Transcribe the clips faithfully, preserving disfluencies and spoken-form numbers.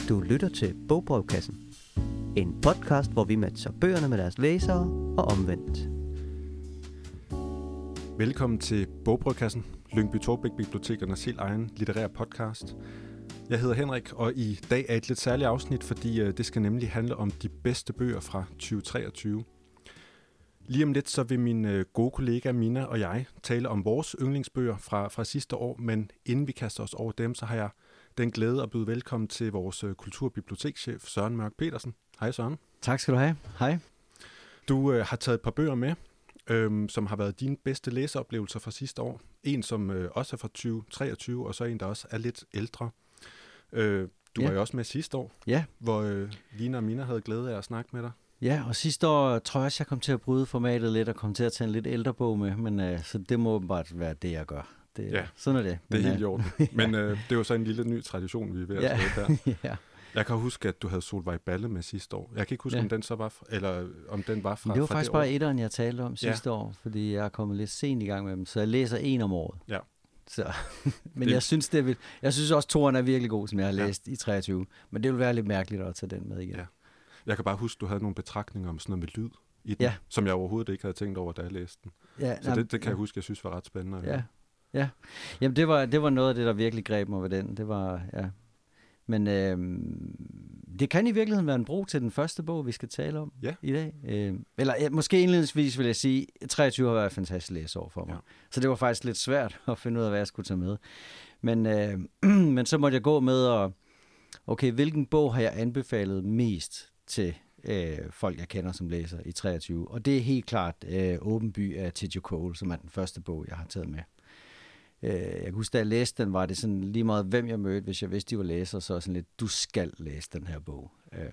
Du lytter til Bogbrevkassen. En podcast, hvor vi matcher bøgerne med deres læsere og omvendt. Velkommen til Bogbrevkassen, Lyngby-Taarbæk Bibliotekernes helt egen litterære podcast. Jeg hedder Henrik, og i dag er et lidt særligt afsnit, fordi det skal nemlig handle om de bedste bøger fra tyve treogtyve. Lige om lidt så vil min gode kollega Mina og jeg tale om vores yndlingsbøger fra, fra sidste år, men inden vi kaster os over dem, så har jeg den glæde at byde velkommen til vores kulturbibliotekschef Søren Mørk Petersen. Hej Søren. Tak skal du have. Hej. Du øh, har taget et par bøger med, øh, som har været dine bedste læseoplevelser fra sidste år. En, som øh, også er fra tyve treogtyve, og så en, der også er lidt ældre. Øh, du ja. var jo også med sidste år, ja. hvor øh, Lina og Mina havde glæde af at snakke med dig. Ja, og sidste år tror jeg også, jeg kom til at bryde formatet lidt og kom til at tage en lidt ældre bog med, men øh, så det må bare være det, jeg gør. Det, ja, sådan er det. det er men, helt i orden. ja. Men øh, det er jo så en lille ny tradition, vi er ved at ja. tage der. ja. Jeg kan huske, at du havde Solvej Balle med sidste år. Jeg kan ikke huske, ja. om den så var, fra, eller om den var fra Det var fra faktisk det bare år. etteren, jeg talte om sidste ja. år, fordi jeg er kommet lidt sent i gang med dem, så jeg læser en om året. Ja. Så, men det... jeg synes, det er vildt. Jeg synes også, toeren er virkelig god, som jeg har læst ja. i treogtyve. Men det vil være lidt mærkeligt at tage den med igen. Ja. Jeg kan bare huske, du havde nogle betragtninger om sådan noget med lyd i den, ja. som jeg overhovedet ikke havde tænkt over, da jeg læste den. Ja, så det, det kan jeg huske, jeg synes var ret spændende. Ja, ja. Jamen det var, det var noget af det, der virkelig greb mig ved den. Det var, ja. Men øh, det kan i virkeligheden være en bro til den første bog, vi skal tale om ja. i dag. Øh, eller ja, måske indledningsvis vil jeg sige, at treogtyve har været et fantastisk læsår for mig. Ja. Så det var faktisk lidt svært at finde ud af, hvad jeg skulle tage med. Men, øh, men så måtte jeg gå med og, okay, hvilken bog har jeg anbefalet mest til øh, folk, jeg kender som læser i treogtyve? Og det er helt klart øh, Åben by af Tidjo Cole, som er den første bog, jeg har taget med. Jeg kan huske, da jeg læste den, var det sådan lige meget, hvem jeg mødte, hvis jeg vidste, de var læser, så sådan lidt, du skal læse den her bog.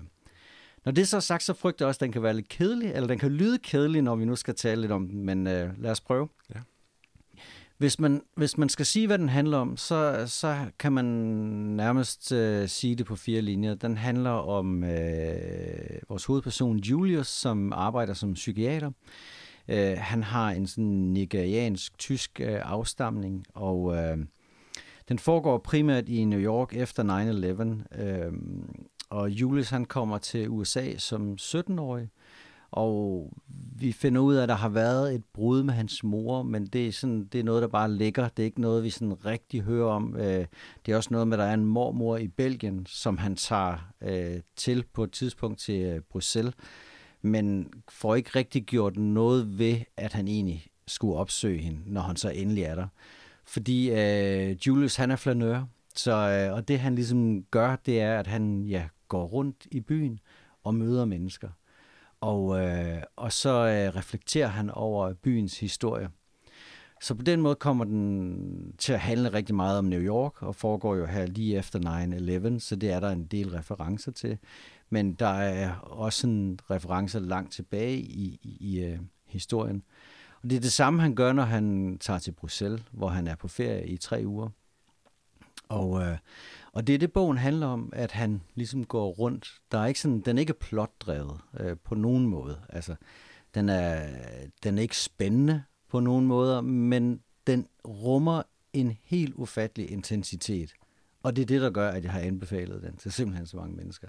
Når det er så sagt, så frygter jeg også, at den kan være lidt kedelig, eller den kan lyde kedelig, når vi nu skal tale lidt om den, men øh, lad os prøve. Ja. Hvis man, hvis man skal sige, hvad den handler om, så, så kan man nærmest øh, sige det på fire linjer. Den handler om øh, vores hovedperson Julius, som arbejder som psykiater. Uh, han har en sådan nigeriansk-tysk uh, afstamning, og uh, den foregår primært i New York efter nine eleven. Uh, og Julius han kommer til U S A som sytten-årig, og vi finder ud af, at der har været et brud med hans mor, men det er, sådan, det er noget, der bare ligger. Det er ikke noget, vi sådan rigtig hører om. Uh, det er også noget med, at der er en mormor i Belgien, som han tager uh, til på et tidspunkt til uh, Bruxelles, men får ikke rigtig gjort noget ved, at han egentlig skulle opsøge hende, når han så endelig er der. Fordi øh, Julius, han er flanør, så, øh, og det han ligesom gør, det er, at han ja, går rundt i byen og møder mennesker. Og, øh, og så øh, reflekterer han over byens historie. Så på den måde kommer den til at handle rigtig meget om New York, og foregår jo her lige efter nine eleven, så det er der en del referencer til. Men der er også en referencer langt tilbage i, i, i uh, historien. Og det er det samme, han gør, når han tager til Bruxelles, hvor han er på ferie i tre uger. Og, uh, og det er det, bogen handler om, at han ligesom går rundt. Der er ikke sådan, den er ikke plotdrevet uh, på nogen måde. Altså, den er, den er ikke spændende på nogen måder, men den rummer en helt ufattelig intensitet. Og det er det, der gør, at jeg har anbefalet den til simpelthen så mange mennesker.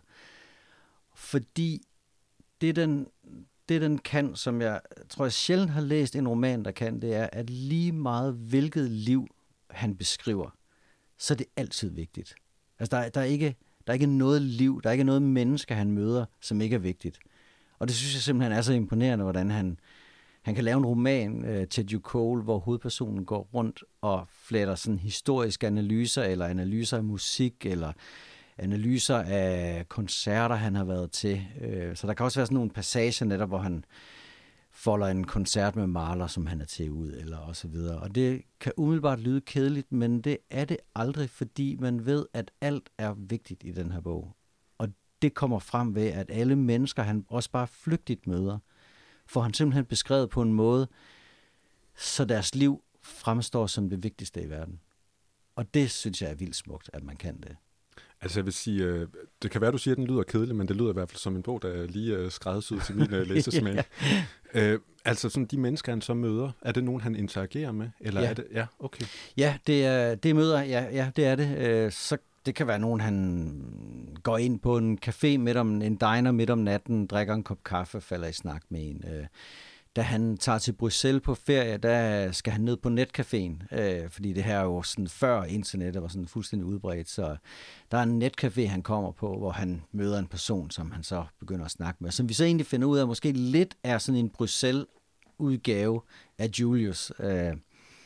Fordi det den, det, den kan, som jeg tror, jeg sjældent har læst en roman, der kan, det er, at lige meget hvilket liv han beskriver, så er det altid vigtigt. Altså, der, der, er ikke, der er ikke noget liv, der er ikke noget menneske, han møder, som ikke er vigtigt. Og det synes jeg simpelthen er så imponerende, hvordan han, han kan lave en roman øh, til Tidjo Cole, hvor hovedpersonen går rundt og fletter sådan historiske analyser, eller analyser af musik, eller analyser af koncerter, han har været til. Så der kan også være sådan nogle passager netop, hvor han folder en koncert med Mahler, som han er til ud, eller og så videre. Og det kan umiddelbart lyde kedeligt, men det er det aldrig, fordi man ved, at alt er vigtigt i den her bog. Og det kommer frem ved, at alle mennesker, han også bare flygtigt møder, får han simpelthen beskrevet på en måde, så deres liv fremstår som det vigtigste i verden. Og det synes jeg er vildt smukt, at man kan det. Altså jeg vil sige, øh, det kan være, du siger, at den lyder kedelig, men det lyder i hvert fald som en bog, der er lige øh, skræddersyet til min øh, læsesmag. ja. øh, altså sådan de mennesker, han så møder, er det nogen, han interagerer med? Eller ja. er det, ja, okay. Ja, det er, det er møder, ja, ja, det er det. Øh, så det kan være nogen, han går ind på en café midt om, en diner midt om natten, drikker en kop kaffe, falder i snak med en. Øh, Da han tager til Bruxelles på ferie, der skal han ned på netcaféen, øh, fordi det her er jo sådan før internettet var sådan fuldstændig udbredt, så der er en netcafé, han kommer på, hvor han møder en person, som han så begynder at snakke med, som vi så egentlig finder ud af, måske lidt er sådan en Bruxelles-udgave af Julius. Øh,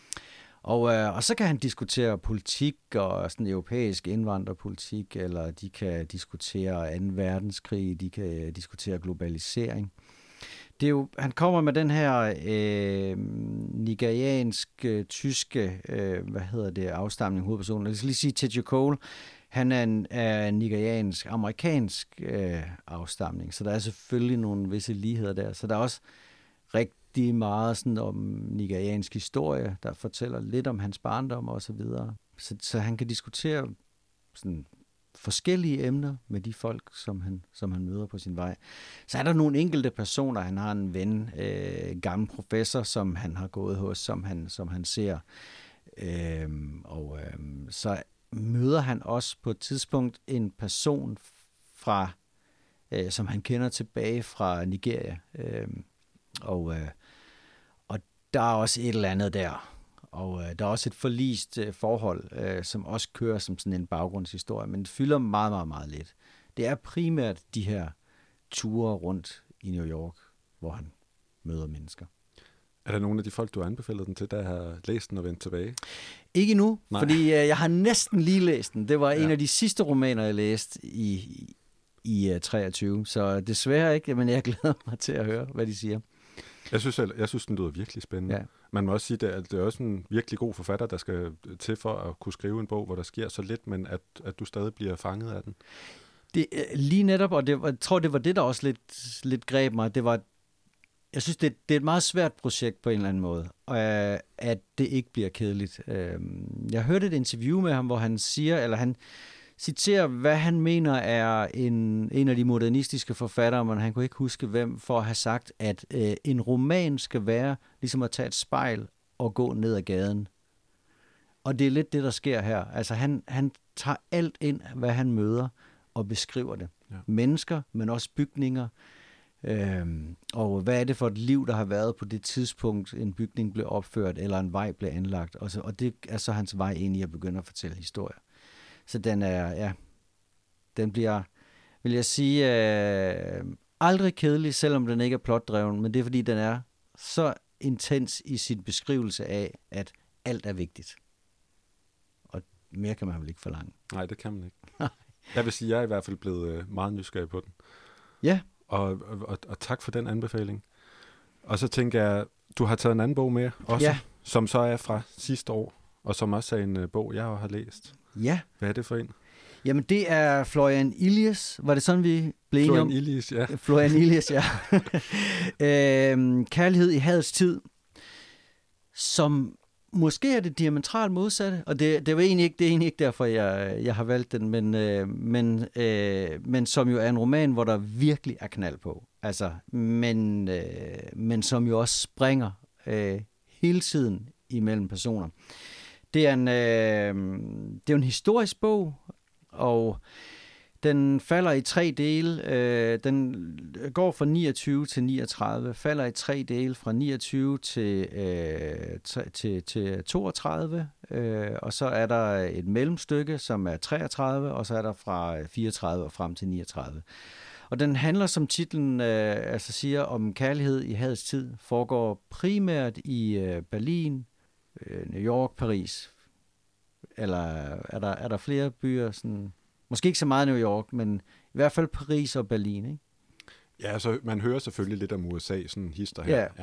og, øh, og så kan han diskutere politik og sådan europæisk indvandrerpolitik, eller de kan diskutere anden verdenskrig, de kan diskutere globalisering. Det er jo, han kommer med den her øh, nigerianske, tyske, øh, hvad hedder det, afstamning, hovedpersonen. Jeg skal lige sige, Teju Cole, han er en, er en nigeriansk, amerikansk øh, afstamning, så der er selvfølgelig nogle visse ligheder der. Så der er også rigtig meget sådan om nigeriansk historie, der fortæller lidt om hans barndom og så videre. Så, så han kan diskutere sådan forskellige emner med de folk, som han, som han møder på sin vej. Så er der nogle enkelte personer. Han har en ven, øh, gammel professor, som han har gået hos, som han, som han ser. Øh, og øh, så møder han også på et tidspunkt en person fra, øh, som han kender tilbage fra Nigeria. Øh, og, øh, og der er også et eller andet der. Og øh, der er også et forlist øh, forhold, øh, som også kører som sådan en baggrundshistorie, men det fylder meget, meget, meget lidt. Det er primært de her ture rundt i New York, hvor han møder mennesker. Er der nogle af de folk, du har anbefalet den til, der har læst den og vendt tilbage? Ikke nu, Nej. fordi øh, jeg har næsten lige læst den. Det var ja. en af de sidste romaner, jeg læste i, i, i uh, treogtyve, så desværre ikke, men jeg glæder mig til at høre, hvad de siger. Jeg synes, jeg, jeg synes den lyder virkelig spændende. Ja. Man må også sige, at det er også en virkelig god forfatter, der skal til for at kunne skrive en bog, hvor der sker så lidt, men at, at du stadig bliver fanget af den. Det, lige netop, og det, jeg tror, det var det, der også lidt, lidt greb mig. Det var, jeg synes, det, det er et meget svært projekt på en eller anden måde, og at det ikke bliver kedeligt. Jeg hørte et interview med ham, hvor han siger, eller han citerer, hvad han mener er en, en af de modernistiske forfattere, men han kunne ikke huske hvem, for at have sagt, at øh, en roman skal være ligesom at tage et spejl og gå ned ad gaden. Og det er lidt det, der sker her. Altså han, han tager alt ind, hvad han møder, og beskriver det. Ja. Mennesker, men også bygninger. Øhm, og hvad er det for et liv, der har været på det tidspunkt, en bygning blev opført, eller en vej blev anlagt. Og, så, og det er så hans vej ind i at begynde at fortælle historier. Så den er, ja, den bliver, vil jeg sige, øh, aldrig kedelig, selvom den ikke er plotdreven, men det er fordi, den er så intens i sin beskrivelse af, at alt er vigtigt. Og mere kan man vel ikke forlange. Nej, det kan man ikke. Jeg vil sige, jeg er i hvert fald blevet meget nysgerrig på den. Ja. Og, og, og tak for den anbefaling. Og så tænker jeg, du har taget en anden bog med også, ja. Som så er fra sidste år, og som også er en uh, bog, jeg har læst. Ja. Hvad er det for en? Jamen, det er Florian Illies. Var det sådan, vi blev enige om? Florian Illies, ja. Florian Illies, ja. øhm, Kærlighed i hadets tid, som måske er det diametralt modsatte, og det, det, var egentlig ikke, det er egentlig ikke derfor, jeg, jeg har valgt den, men, øh, men, øh, men som jo er en roman, hvor der virkelig er knald på. Altså, men, øh, men som jo også springer øh, hele tiden imellem personer. Det er en, øh, det er en historisk bog, og den falder i tre dele. Øh, den går fra niogtyve til niogtredive, falder i tre dele fra niogtyve til, øh, til, til toogtredive, øh, og så er der et mellemstykke, som er treogtredive, og så er der fra fireogtredive og frem til niogtredive. Og den handler, som titlen øh, altså siger, om kærlighed i hadets tid, foregår primært i øh, Berlin, øh, New York, Paris. Eller er der, er der flere byer, sådan, måske ikke så meget New York, men i hvert fald Paris og Berlin, ikke? Ja, altså man hører selvfølgelig lidt om U S A, sådan hister her. Ja.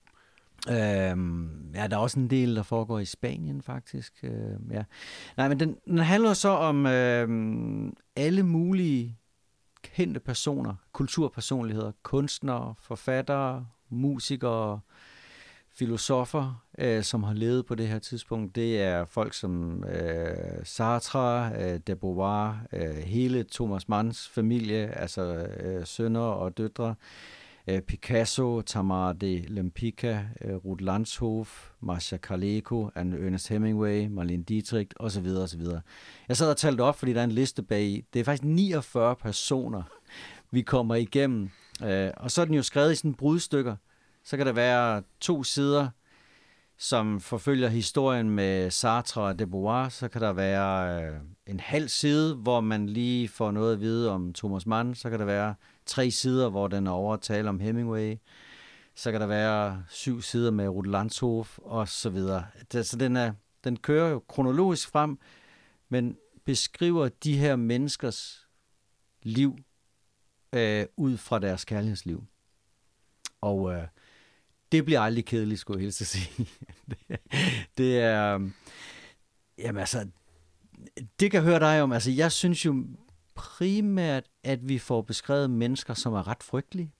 Ja. Øhm, ja, der er også en del, der foregår i Spanien, faktisk. Øhm, ja. Nej, men den, den handler så om øhm, alle mulige kendte personer, kulturpersonligheder, kunstnere, forfattere, musikere, filosofer, øh, som har levet på det her tidspunkt. Det er folk som øh, Sartre, øh, de Beauvoir, øh, hele Thomas Manns familie, altså øh, sønner og døtre, Picasso, Tamar de Lempicka, Ruth Landshof, Marcia Kaleko, Ernest Hemingway, Marlene Dietrich osv. osv. Jeg sad og talte op, fordi der er en liste bag. Det er faktisk niogfyrre personer, vi kommer igennem. Og så er den jo skrevet i sådan brudstykker. Så kan der være to sider, som forfølger historien med Sartre og Debois. Så kan der være en halv side, hvor man lige får noget at vide om Thomas Mann. Så kan der være tre sider, hvor den er over at tale om Hemingway. Så kan der være syv sider med Ruth Landshof og så videre. Så den, er, den kører jo kronologisk frem, men beskriver de her menneskers liv øh, ud fra deres kærlighedsliv. Og øh, det bliver aldrig kedeligt, skulle jeg helst sige. det, det er... Jamen altså... Det kan jeg høre dig om. Altså, jeg synes jo primært, at vi får beskrevet mennesker, som er ret frygtelige.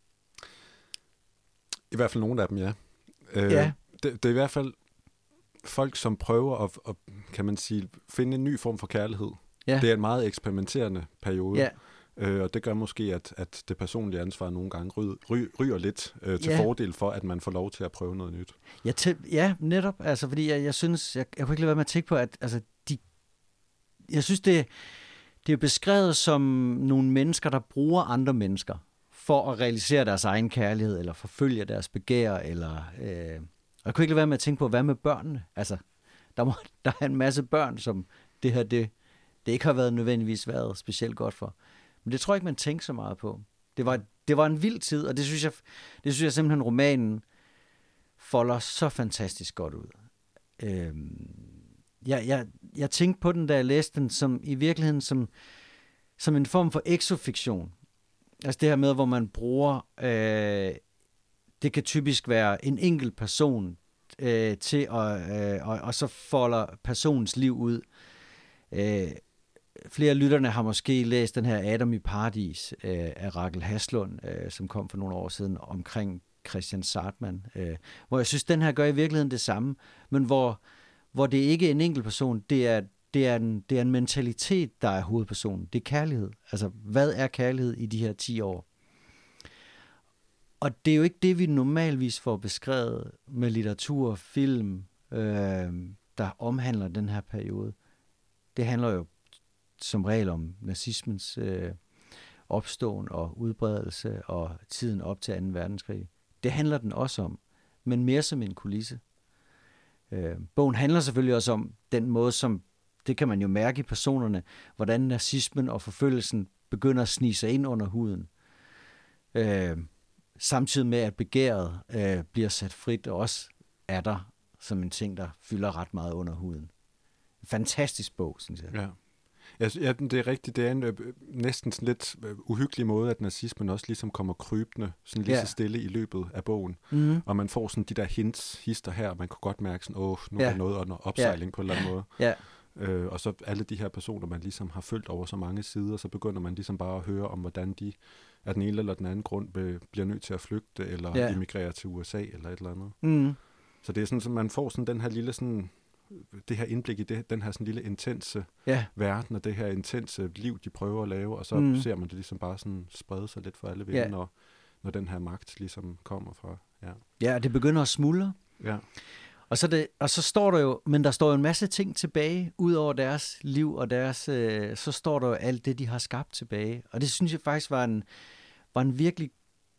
I hvert fald nogle af dem, ja. Øh, ja. Det, det er i hvert fald folk, som prøver at, at, kan man sige, finde en ny form for kærlighed. Ja. Det er en meget eksperimenterende periode. Ja. Øh, og det gør måske, at, at det personlige ansvar nogle gange ry, ry, ryger lidt øh, til ja. fordel for, at man får lov til at prøve noget nyt. Ja, til, ja netop. Altså, fordi jeg, jeg synes, jeg, jeg kunne ikke lade være med at tænke på, at altså, de, jeg synes, det, det er beskrevet som nogle mennesker, der bruger andre mennesker for at realisere deres egen kærlighed, eller forfølge deres begær, eller... Øh, og jeg kunne ikke lade være med at tænke på, hvad med børnene? Altså, der, må, der er en masse børn, som det her, det, det ikke har været nødvendigvis været specielt godt for. Men det tror jeg ikke, man tænker så meget på. Det var, det var en vild tid, og det synes jeg, det synes jeg simpelthen, romanen folder så fantastisk godt ud. Øhm, jeg, jeg, jeg tænkte på den, da jeg læste den, som i virkeligheden som, som en form for exofiktion. Altså det her med, hvor man bruger, øh, det kan typisk være en enkelt person øh, til at, øh, og, og så folder personens liv ud. Øh, flere af lytterne har måske læst den her Adam i Paradis øh, af Rachel Haslund, øh, som kom for nogle år siden omkring Christian Sartmann, øh, hvor jeg synes, den her gør i virkeligheden det samme, men hvor, hvor det ikke er en enkelt person, det er, det, er en, det er en mentalitet, der er hovedpersonen. Det er kærlighed. Altså, hvad er kærlighed i de her ti år? Og det er jo ikke det, vi normalvis får beskrevet med litteratur og film, øh, der omhandler den her periode. Det handler jo som regel om nazismens øh, opståen og udbredelse og tiden op til anden verdenskrig. Det handler den også om, men mere som en kulisse. Øh, bogen handler selvfølgelig også om den måde, som det kan man jo mærke i personerne, hvordan nazismen og forfølgelsen begynder at snige sig ind under huden. Øh, samtidig med, at begæret øh, bliver sat frit, og også er der som en ting, der fylder ret meget under huden. En fantastisk bog, synes jeg. Ja. Ja, det er rigtigt. Det er en øh, næsten sådan lidt øh, uhyggelig måde, at nazismen også ligesom kommer krybende sådan lige ja. så stille i løbet af bogen. Mm-hmm. Og man får sådan de der hints, hister her, og man kan godt mærke sådan, åh, nu ja. er der noget under opsejling ja. på en eller anden måde. Ja. Øh, og så alle de her personer, man ligesom har følt over så mange sider, så begynder man ligesom bare at høre om, hvordan de af den ene eller den anden grund be, bliver nødt til at flygte, eller ja. emigrere til U S A, eller et eller andet. Mm. Så det er sådan, at man får sådan den her lille sådan... det her indblik i det, den her sådan lille intense ja. verden, og det her intense liv, de prøver at lave, og så mm. ser man det ligesom bare sådan sprede sig lidt for alle vinde, ja. når, når den her magt ligesom kommer fra. Ja, ja det begynder at smuldre. Ja. Og så, det, og så står der jo, men der står jo en masse ting tilbage, ud over deres liv, og deres, øh, så står der jo alt det, de har skabt tilbage. Og det synes jeg faktisk var en, var en virkelig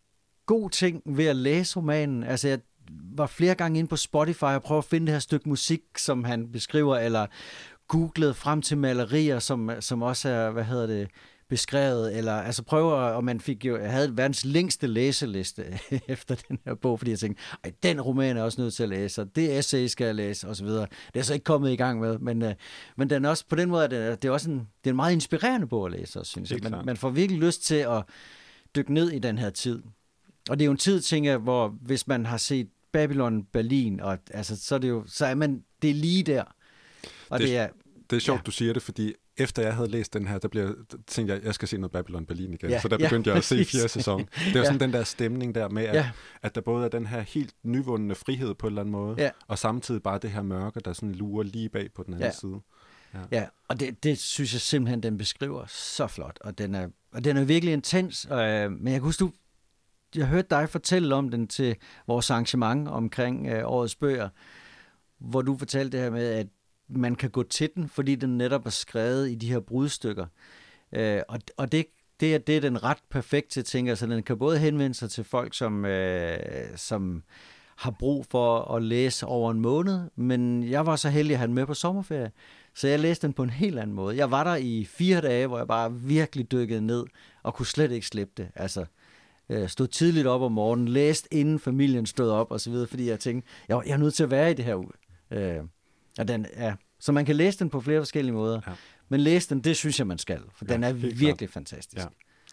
god ting ved at læse romanen. Altså jeg var flere gange inde på Spotify og prøvede at finde det her stykke musik, som han beskriver, eller googlede frem til malerier, som, som også er, hvad hedder det, beskrevet, eller altså prøver, og man fik jo, jeg havde verdens længste læseliste efter den her bog, fordi jeg tænkte, ej, den roman er også nødt til at læse, og det essay skal jeg læse, og så videre. Det er så ikke kommet i gang med, men, øh, men den er også, på den måde, det, det er også en, det er en meget inspirerende bog at læse, synes jeg. Man, man får virkelig lyst til at dykke ned i den her tid. Og det er jo en tid, tænker jeg, hvor hvis man har set Babylon Berlin, og altså, så er det jo, så er man, det er lige der. Og det, det er, det er sjovt, ja. du siger det, fordi efter jeg havde læst den her, der blev, tænkte jeg, jeg skal se noget Babylon Berlin igen. Ja, så der begyndte ja, jeg at se fjerde sæson. Det var ja. sådan den der stemning der med, at, ja. at der både er den her helt nyvundne frihed på en eller anden måde, ja. og samtidig bare det her mørke, der sådan lurer lige bag på den anden ja. side. Ja, ja og det, det synes jeg simpelthen, den beskriver så flot, og den er, og den er virkelig intens, øh, men jeg kan huske, du, jeg hørte dig fortælle om den til vores arrangement omkring øh, årets bøger, hvor du fortalte det her med, at man kan gå til den, fordi den netop er skrevet i de her brudstykker. Øh, og og det, det, er, det er den ret perfekt til, tænker, så den kan både henvende sig til folk, som, øh, som har brug for at læse over en måned, men jeg var så heldig at have den med på sommerferie, så jeg læste den på en helt anden måde. Jeg var der i fire dage, hvor jeg bare virkelig dykkede ned, og kunne slet ikke slippe det. Altså, øh, stod tidligt op om morgenen, læste inden familien stod op, og så videre, fordi jeg tænkte, jeg, jeg er nødt til at være i det her. Øh, og den, ja. Så man kan læse den på flere forskellige måder, ja. Men læse den, det synes jeg, man skal, for ja, den er virkelig klart. Fantastisk.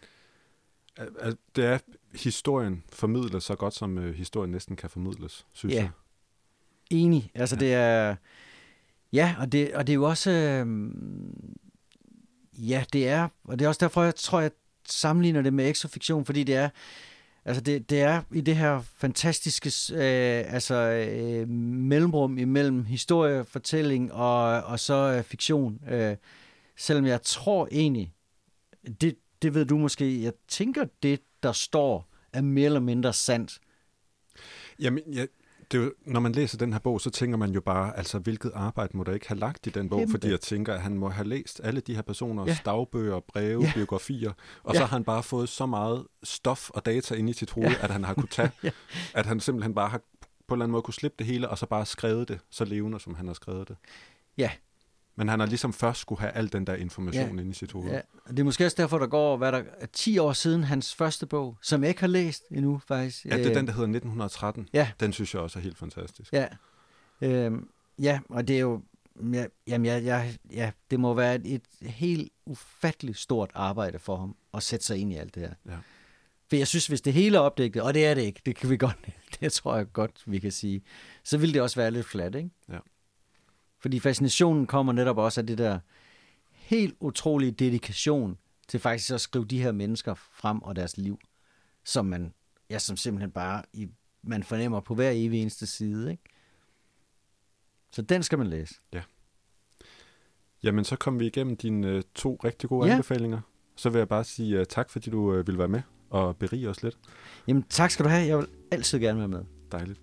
Ja. Det er historien formidlet så godt, som øh, historien næsten kan formidles, synes ja. jeg. Enig. Altså ja. det er... Ja, og det, og det er jo også... Øh, ja, det er... Og det er også derfor, jeg tror, jeg sammenligner det med exofiktion, fordi det er... Altså det, det er i det her fantastiske øh, altså, øh, mellemrum imellem historie, fortælling og, og så øh, fiktion. Øh, selvom jeg tror egentlig... Det, det ved du måske. Jeg tænker, det der står er mere eller mindre sandt. Jamen, jeg, det er jo, når man læser den her bog, så tænker man jo bare, altså hvilket arbejde må der ikke have lagt i den bog, Kæmpe. Fordi jeg tænker, at han må have læst alle de her personers ja. dagbøger, breve, ja. biografier, og ja. så har han bare fået så meget stof og data ind i sit hoved, ja. at han har kunne tage, ja. at han simpelthen bare har på en eller anden måde kunne slippe det hele, og så bare skrevet det så levende, som han har skrevet det. Ja. Men han har ligesom først skulle have al den der information ja. inde i sit hoved. Ja. Det er måske også derfor, der går, hvad der er ti år siden hans første bog, som jeg ikke har læst endnu, faktisk. Ja, det er den, der hedder nitten tretten. Ja. Den synes jeg også er helt fantastisk. Ja, øhm, ja og det er jo, ja, jamen, ja, ja, ja, det må være et, et helt ufatteligt stort arbejde for ham at sætte sig ind i alt det her. Ja. For jeg synes, hvis det hele er opdækket, og det er det ikke, det kan vi godt, det tror jeg godt, vi kan sige, så vil det også være lidt flat, ikke? Ja. Fordi fascinationen kommer netop også af det der helt utrolige dedikation til faktisk at skrive de her mennesker frem og deres liv, som man, ja, som simpelthen bare, i, man fornemmer på hver evig eneste side, ikke? Så den skal man læse. Ja. Jamen, så kom vi igennem dine øh, to rigtig gode ja. anbefalinger. Så vil jeg bare sige uh, tak, fordi du øh, ville være med og berige os lidt. Jamen, tak skal du have. Jeg vil altid gerne være med. Dejligt.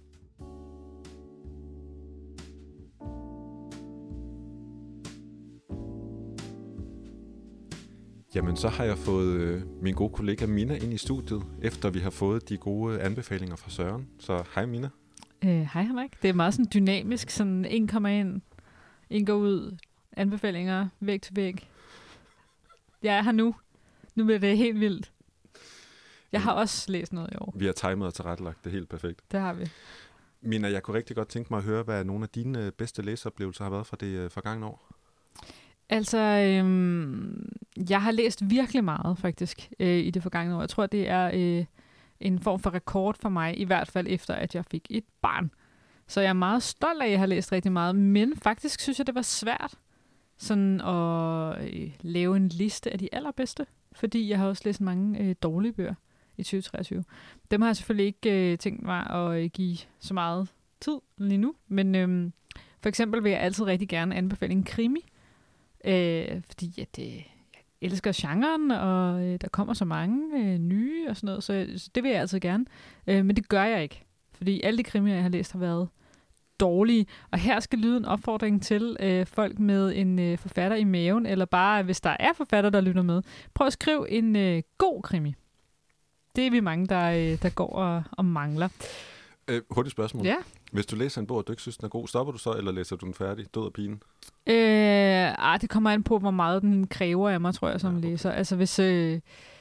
Jamen, så har jeg fået øh, min gode kollega Mina ind i studiet, efter vi har fået de gode anbefalinger fra Søren. Så hej Mina. Øh, hej Henrik. Det er meget sådan dynamisk, sådan en kommer ind, en går ud, anbefalinger væg til væg. Jeg er her nu. Nu bliver det helt vildt. Jeg har også læst noget i år. Vi har timet og tilrettelagt det helt perfekt. Det har vi. Mina, jeg kunne rigtig godt tænke mig at høre, hvad nogle af dine bedste læseoplevelser har været fra det øh, forgangne år. Altså, øhm, jeg har læst virkelig meget faktisk øh, i det forgangne år. Jeg tror, det er øh, en form for rekord for mig, i hvert fald efter, at jeg fik et barn. Så jeg er meget stolt af, at jeg har læst rigtig meget, men faktisk synes jeg, det var svært sådan at øh, lave en liste af de allerbedste, fordi jeg har også læst mange øh, dårlige bøger i tyve treogtyve. Dem har jeg selvfølgelig ikke øh, tænkt mig at øh, give så meget tid lige nu, men øh, for eksempel vil jeg altid rigtig gerne anbefale en krimi, Øh, fordi at, øh, jeg elsker genren, og øh, der kommer så mange øh, nye og sådan noget, så, så det vil jeg altid gerne. Øh, men det gør jeg ikke, fordi alle de krimier, jeg har læst, har været dårlige. Og her skal lyde en opfordring til øh, folk med en øh, forfatter i maven, eller bare, hvis der er forfatter, der lytter med, prøv at skrive en øh, god krimi. Det er vi mange, der, øh, der går og, og mangler. Øh, hurtigt spørgsmål. Ja. Hvis du læser en bog, og du ikke synes, den er god, stopper du så, eller læser du den færdig? Død og pine? Øh, ah, det kommer an på, hvor meget den kræver af mig, tror jeg, som ja, okay. læser. Altså hvis... Øh,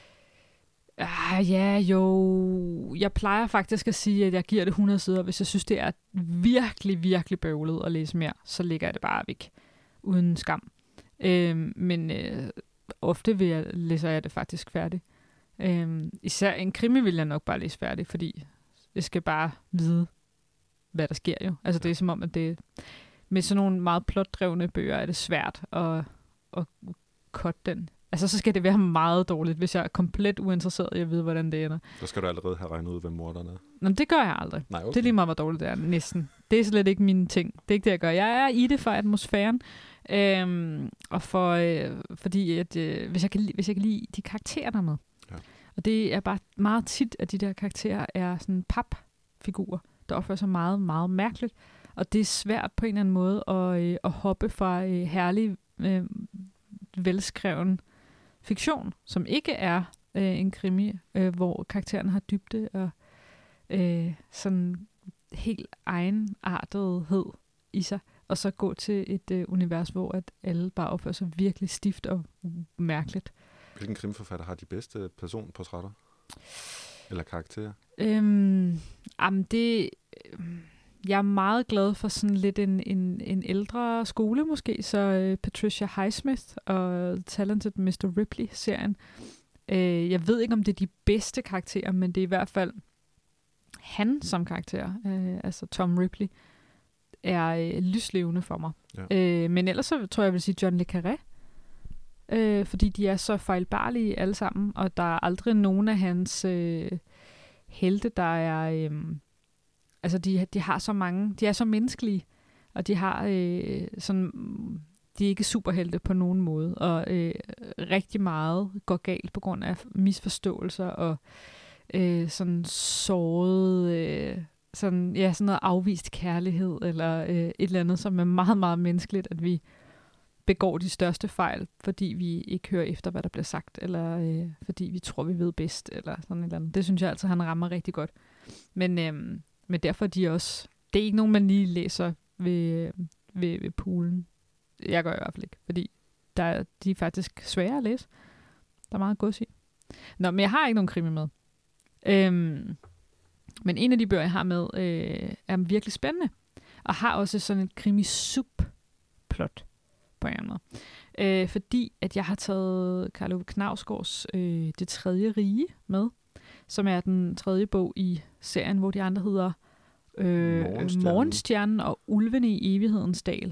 ah, ja, jo... Jeg plejer faktisk at sige, at jeg giver det hundrede sider. Hvis jeg synes, det er virkelig, virkelig bøvlet at læse mere, så ligger jeg det bare væk. Uden skam. Øh, men øh, ofte vil jeg, læser jeg det faktisk færdigt. Øh, især en krimi vil jeg nok bare læse færdig, fordi jeg skal bare vide, hvad der sker jo. Altså det er som om, at det... Med sådan nogle meget plotdrevne bøger er det svært at, at cutte den. Altså, så skal det være meget dårligt, hvis jeg er komplet uinteresseret i at vide, hvordan det ender. Så skal du allerede have regnet ud, hvem morderen er. Nå, det gør jeg aldrig. Nej, okay. Det er lige meget, hvor dårligt det er, næsten. Det er slet ikke min ting. Det er ikke det, jeg gør. Jeg er i det for atmosfæren. Øhm, og for, øh, fordi, at, øh, hvis, jeg kan, hvis jeg kan lide de karakterer, der er med. Ja. Og det er bare meget tit, at de der karakterer er sådan papfigurer, der opfører sig meget, meget mærkeligt. Og det er svært på en eller anden måde at, øh, at hoppe fra øh, herlig, øh, velskreven fiktion, som ikke er øh, en krimi, øh, hvor karakteren har dybde og øh, sådan helt egenartethed i sig, og så gå til et øh, univers, hvor at alle bare opfører sig virkelig stift og mærkeligt. Hvilken krimforfatter har de bedste personportrætter? Eller karakterer? Øhm, jamen det... Øh, jeg er meget glad for sådan lidt en, en, en ældre skole måske, så øh, Patricia Highsmith og Talented mister Ripley-serien. Øh, jeg ved ikke, om det er de bedste karakterer, men det er i hvert fald han som karakter, øh, altså Tom Ripley, er øh, lyslevende for mig. Ja. Øh, men ellers så tror jeg, jeg vil sige John le Carré, øh, fordi de er så fejlbarlige alle sammen, og der er aldrig nogen af hans øh, helte, der er... Øh, altså, de, de har så mange... De er så menneskelige, og de har øh, sådan... De er ikke superhelte på nogen måde, og øh, rigtig meget går galt på grund af misforståelser og øh, sådan såret... Øh, sådan, ja, sådan noget afvist kærlighed, eller øh, et eller andet, som er meget, meget menneskeligt, at vi begår de største fejl, fordi vi ikke hører efter, hvad der bliver sagt, eller øh, fordi vi tror, vi ved bedst, eller sådan et eller andet. Det synes jeg altså, han rammer rigtig godt. Men, øh, men derfor er de også... Det er ikke nogen, man lige læser ved, ved, ved poolen. Jeg gør i hvert fald ikke, fordi der, de er faktisk svære at læse. Der er meget gods i. Nå, men jeg har ikke nogen krimi med. Øhm, men en af de bøger, jeg har med, øh, er virkelig spændende, og har også sådan et krimi-subplot på en eller anden måde. Øh, fordi at jeg har taget Karl Ove Knausgårds øh, Det tredje rige med, som er den tredje bog i serien, hvor de andre hedder øh, Morgenstjernen. Morgenstjernen og Ulvene i evighedens dal.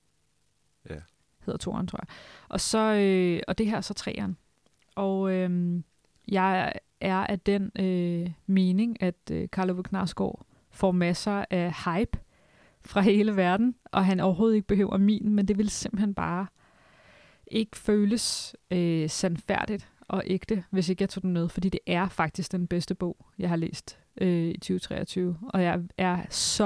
Ja. Hedder toeren, tror jeg. Og, så, øh, og det her er så treeren. Og øh, jeg er af den øh, mening, at øh, Karl Ove Knausgård får masser af hype fra hele verden, og han overhovedet ikke behøver min, men det vil simpelthen bare ikke føles øh, sandfærdigt og ægte, hvis ikke jeg tog den med, fordi det er faktisk den bedste bog, jeg har læst øh, i tyve treogtyve, og jeg er så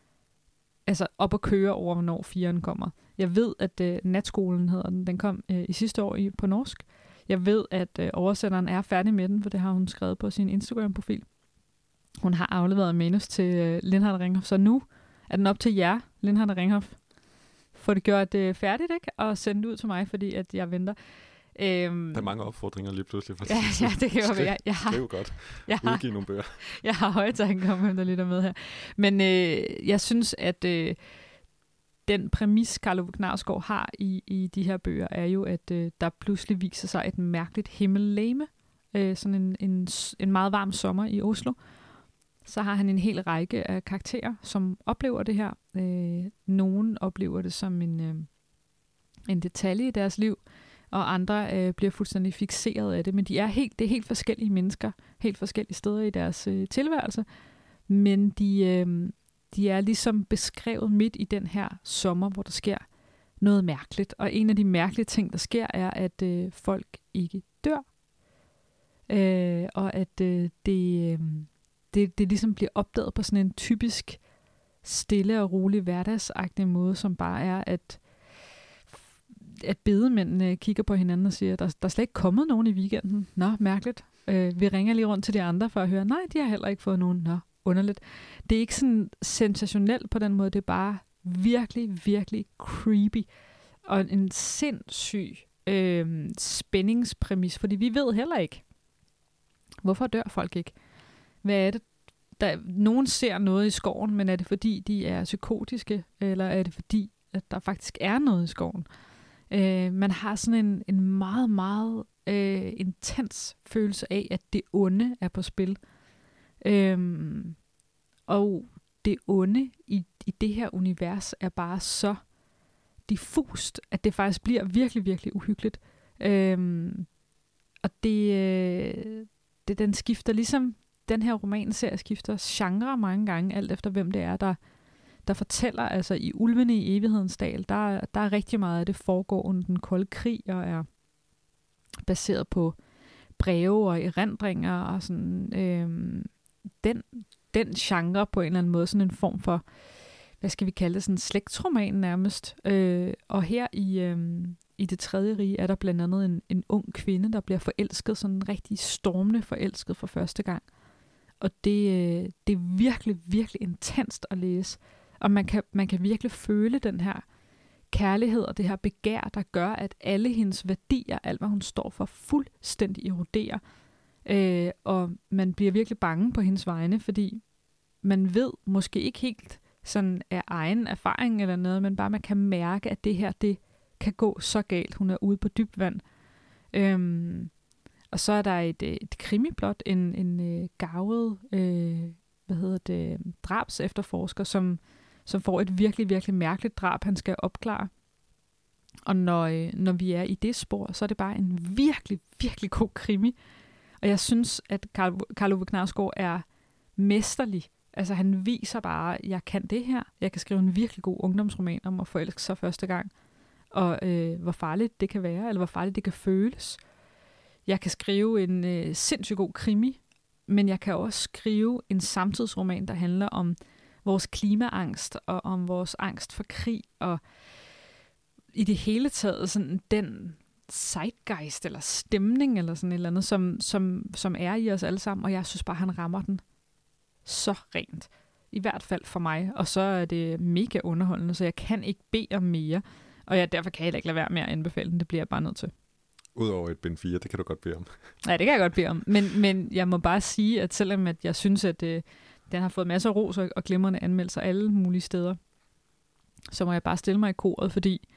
altså op at køre over, hvornår firen kommer. Jeg ved, at øh, Natskolen hedder den, den kom øh, i sidste år i, på norsk. Jeg ved, at øh, oversætteren er færdig med den, for det har hun skrevet på sin Instagram-profil. Hun har afleveret manus til øh, Lindhardt Ringhof, så nu er den op til jer, Lindhardt Ringhof. Få det gjort øh, færdigt, ikke? Og sende det ud til mig, fordi at jeg venter. Øhm, der er mange opfordringer lige pludselig. For ja, ja, det kan jo være. Jeg har, skriv godt. Jeg har, udgive nogle bøger. Jeg har høje tanker om, hvem der lytter med her. Men øh, jeg synes, at øh, den præmis, Karl Ove Knausgård har i, i de her bøger, er jo, at øh, der pludselig viser sig et mærkeligt himmellegeme. Øh, sådan en, en, en meget varm sommer i Oslo. Så har han en hel række af karakterer, som oplever det her. Øh, nogen oplever det som en, øh, en detalje i deres liv, og andre øh, bliver fuldstændig fikseret af det. Men de er helt, det er helt forskellige mennesker, helt forskellige steder i deres øh, tilværelse. Men de, øh, de er ligesom beskrevet midt i den her sommer, hvor der sker noget mærkeligt. Og en af de mærkelige ting, der sker, er, at øh, folk ikke dør. Øh, og at øh, det... Øh, Det, det ligesom bliver opdaget på sådan en typisk stille og rolig hverdagsagtig måde, som bare er, at, at bedemændene kigger på hinanden og siger, der, der er slet ikke kommet nogen i weekenden. Nå, mærkeligt. Øh, vi ringer lige rundt til de andre for at høre, nej, de har heller ikke fået nogen. Nå, underligt. Det er ikke sådan sensationelt på den måde, det er bare virkelig, virkelig creepy. Og en sindssyg øh, spændingspræmis, fordi vi ved heller ikke, hvorfor dør folk ikke. Hvad er det? Der, nogen ser noget i skoven, men er det fordi, de er psykotiske, eller er det fordi, at der faktisk er noget i skoven? Øh, man har sådan en, en meget, meget øh, intens følelse af, at det onde er på spil. Øh, og det onde i, i det her univers er bare så diffust, at det faktisk bliver virkelig, virkelig uhyggeligt. Øh, og det, øh, det, den skifter ligesom... Den her romanserie skifter genre mange gange, alt efter hvem det er, der, der fortæller. Altså i Ulvene i evighedens dal, der, der er rigtig meget af det foregår under den kolde krig, og er baseret på breve og erindringer og sådan øh, den, den genre på en eller anden måde, sådan en form for, hvad skal vi kalde det, sådan en slægtsroman nærmest. Øh, og her i, øh, i Det Tredje Rige er der blandt andet en, en ung kvinde, der bliver forelsket, sådan rigtig stormende forelsket for første gang. Og det, øh, det er virkelig, virkelig intenst at læse. Og man kan, man kan virkelig føle den her kærlighed og det her begær, der gør, at alle hendes værdier, alt hvad hun står for, fuldstændig eroderer. Øh, og man bliver virkelig bange på hendes vegne, fordi man ved måske ikke helt sådan af egen erfaring eller noget, men bare man kan mærke, at det her, det kan gå så galt. Hun er ude på dybt vand. Øhm, og så er der et, et krimiplot, en, en øh, garvet, øh, hvad hedder det, drabs efterforsker, som som får et virkelig, virkelig mærkeligt drab, han skal opklare. Og når, øh, når vi er i det spor, så er det bare en virkelig, virkelig god krimi. Og jeg synes, at Karl, Karl Ove Knausgård er mesterlig. Altså han viser bare, at jeg kan det her. Jeg kan skrive en virkelig god ungdomsroman om at forelske sig første gang. Og øh, hvor farligt det kan være, eller hvor farligt det kan føles. Jeg kan skrive en øh, sindssygt god krimi, men jeg kan også skrive en samtidsroman, der handler om vores klimaangst og om vores angst for krig og i det hele taget sådan den zeitgeist eller stemning eller sådan et eller andet, som, som, som er i os alle sammen, og jeg synes bare, han rammer den så rent. I hvert fald for mig, og så er det mega underholdende, så jeg kan ikke bede om mere, og jeg, derfor kan jeg heller ikke lade være med at anbefale den, det bliver jeg bare nødt til. Udover et bind fire, det kan du godt bede om. Ja, det kan jeg godt bede om, men, men jeg må bare sige, at selvom at jeg synes, at øh, den har fået masser af ros og glimrende anmeldelser alle mulige steder, så må jeg bare stille mig i koret, fordi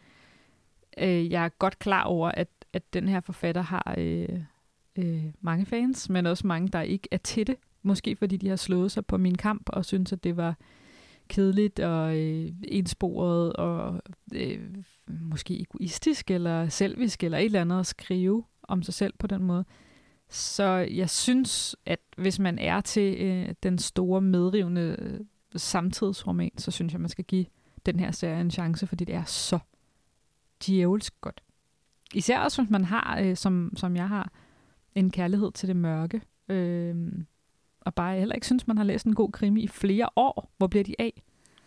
øh, jeg er godt klar over, at, at den her forfatter har øh, øh, mange fans, men også mange, der ikke er til det. Måske fordi de har slået sig på min kamp og synes, at det var kedeligt og øh, ensporet og øh, måske egoistisk eller selvisk eller et eller andet at skrive om sig selv på den måde. Så jeg synes, at hvis man er til øh, den store, medrivende øh, samtidsroman, så synes jeg, man skal give den her serie en chance, fordi det er så djævelsk godt. Især også, hvis man har, øh, som, som jeg har, en kærlighed til det mørke. Øh, og bare heller ikke synes, man har læst en god krimi i flere år. Hvor bliver de af?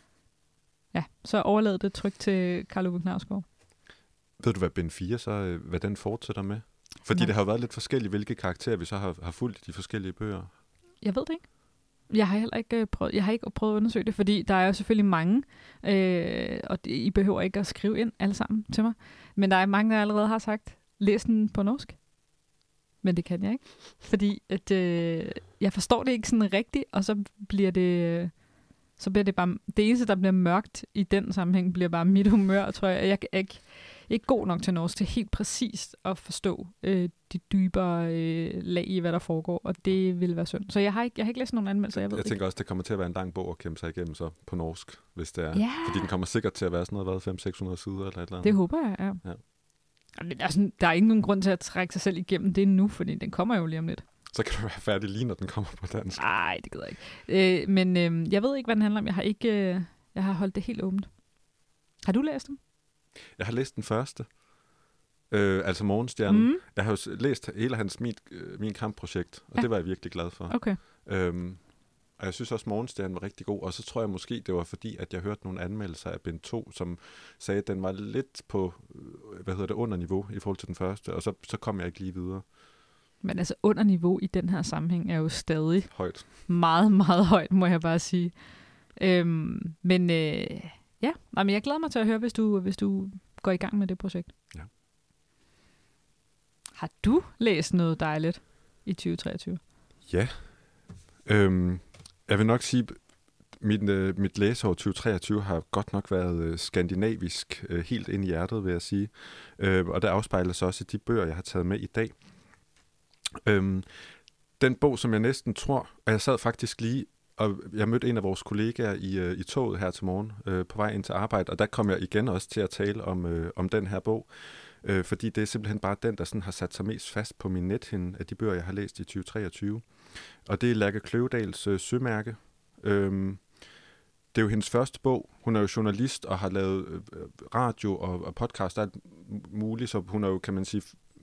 Ja, så overlad det trygt til Karl Ove Knausgård. Ved du, hvad bind fire så, hvad den fortsætter med? Fordi Nej. det har jo været lidt forskelligt, hvilke karakterer vi så har, har fulgt i de forskellige bøger. Jeg ved det ikke. Jeg har heller ikke prøvet, jeg har ikke prøvet at undersøge det, fordi der er jo selvfølgelig mange, øh, og det, I behøver ikke at skrive ind alle sammen til mig. Men der er mange, der allerede har sagt, læs den på norsk. Men det kan jeg ikke. Fordi at, øh, jeg forstår det ikke sådan rigtigt, og så bliver det, så bliver det bare, det eneste, der bliver mørkt i den sammenhæng, bliver bare mit humør, tror jeg. Jeg er ikke, ikke god nok til norsk til helt præcist at forstå øh, de dybere øh, lag i, hvad der foregår, og det vil være synd. Så jeg har ikke, jeg har ikke læst nogen anmeldelser, jeg ved Jeg tænker ikke. også, det kommer til at være en lang bog at kæmpe sig igennem så på norsk, hvis det er. Ja. Fordi den kommer sikkert til at være sådan noget, fem til seks hundrede sider eller et eller andet. Det håber jeg, ja. ja. Men der er, sådan, der er ikke nogen grund til at trække sig selv igennem det nu, fordi den kommer jo lige om lidt. Så kan du være færdig lige, når den kommer på dansk. Nej, det gider jeg ikke. Øh, men øh, jeg ved ikke, hvad den handler om. Jeg har ikke, øh, jeg har holdt det helt åbent. Har du læst den? Jeg har læst den første. Øh, altså Morgenstjernen. Mm. Jeg har jo læst hele hans Min, øh, min Kamp-projekt, og Ja. det var jeg virkelig glad for. Okay. Øhm, og jeg synes også, Morgenstjernen var rigtig god. Og så tror jeg måske, det var fordi, at jeg hørte nogle anmeldelser af bind to, som sagde, at den var lidt på, hvad hedder det, under niveau i forhold til den første. Og så, så kom jeg ikke lige videre. Men altså under niveau i den her sammenhæng er jo stadig Højt. meget, meget højt, må jeg bare sige. Øhm, men øh, ja, men jeg glæder mig til at høre, hvis du, hvis du går i gang med det projekt. Ja. Har du læst noget dejligt i tyve treogtyve? Ja. Øhm, jeg vil nok sige, mit, øh, mit læseår tyve treogtyve har godt nok været øh, skandinavisk, øh, helt ind i hjertet, vil jeg sige. Øh, og det afspejler sig også i de bøger, jeg har taget med i dag. Øhm, den bog, som jeg næsten tror, og jeg sad faktisk lige, og jeg mødte en af vores kollegaer i, øh, i toget her til morgen, øh, på vej ind til arbejde, og der kom jeg igen også til at tale om, øh, om den her bog, øh, fordi det er simpelthen bare den, der sådan har sat sig mest fast på min nethinde af de bøger, jeg har læst i tyve treogtyve. Og det er Lærke Kløvedals øh, Sømærke. Øhm, det er jo hendes første bog. Hun er jo journalist og har lavet øh, radio og, og podcast og alt muligt, så hun er jo, kan man sige,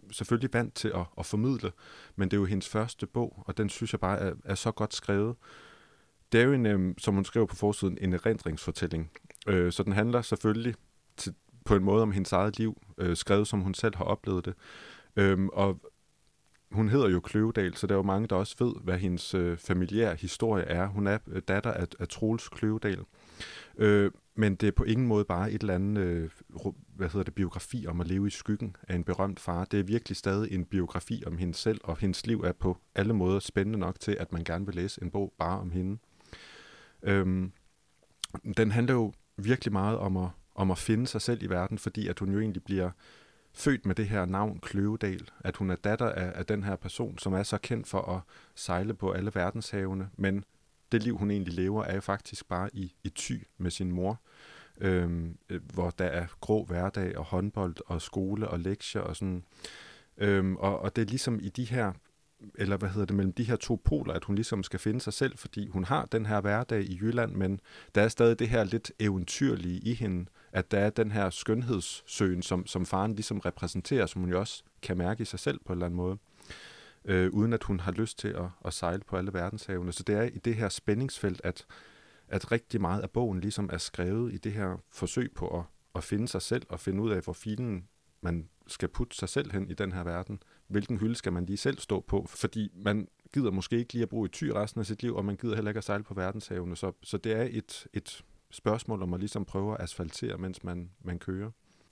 selvfølgelig vant til at, at formidle, men det er jo hendes første bog, og den synes jeg bare er, er så godt skrevet. Det er jo en, øh, som hun skriver på forsiden, en erindringsfortælling. Øh, så den handler selvfølgelig til, på en måde om hendes eget liv, øh, skrevet som hun selv har oplevet det. Øh, og hun hedder jo Kløvedal, så der er jo mange, der også ved, hvad hendes øh, familiære historie er. Hun er øh, datter af, af Troels Kløvedal. Øh, men det er på ingen måde bare et eller andet øh, hvad hedder det, biografi om at leve i skyggen af en berømt far. Det er virkelig stadig en biografi om hende selv, og hendes liv er på alle måder spændende nok til, at man gerne vil læse en bog bare om hende. Øh, den handler jo virkelig meget om at, om at finde sig selv i verden, fordi at hun jo egentlig bliver født med det her navn Kløvedal, at hun er datter af, af den her person, som er så kendt for at sejle på alle verdenshavene, men det liv, hun egentlig lever, er jo faktisk bare i, i Thy med sin mor, øhm, hvor der er grå hverdag og håndbold og skole og lektier og sådan. Øhm, og, og det er ligesom i de her, eller hvad hedder det, mellem de her to poler, at hun ligesom skal finde sig selv, fordi hun har den her hverdag i Jylland, men der er stadig det her lidt eventyrlige i hende, at der er den her skønhedssøgen, som, som faren ligesom repræsenterer, som hun jo også kan mærke i sig selv på en eller anden måde, øh, uden at hun har lyst til at, at sejle på alle verdenshavene. Så det er i det her spændingsfelt, at, at rigtig meget af bogen ligesom er skrevet i det her forsøg på at, at finde sig selv, og finde ud af, hvor filen man skal putte sig selv hen i den her verden. Hvilken hylde skal man lige selv stå på? Fordi man gider måske ikke lige at bruge i Thy resten af sit liv, og man gider heller ikke at sejle på verdenshavene. Så, så det er et, et spørgsmål om at ligesom prøve at asfaltere, mens man, man kører.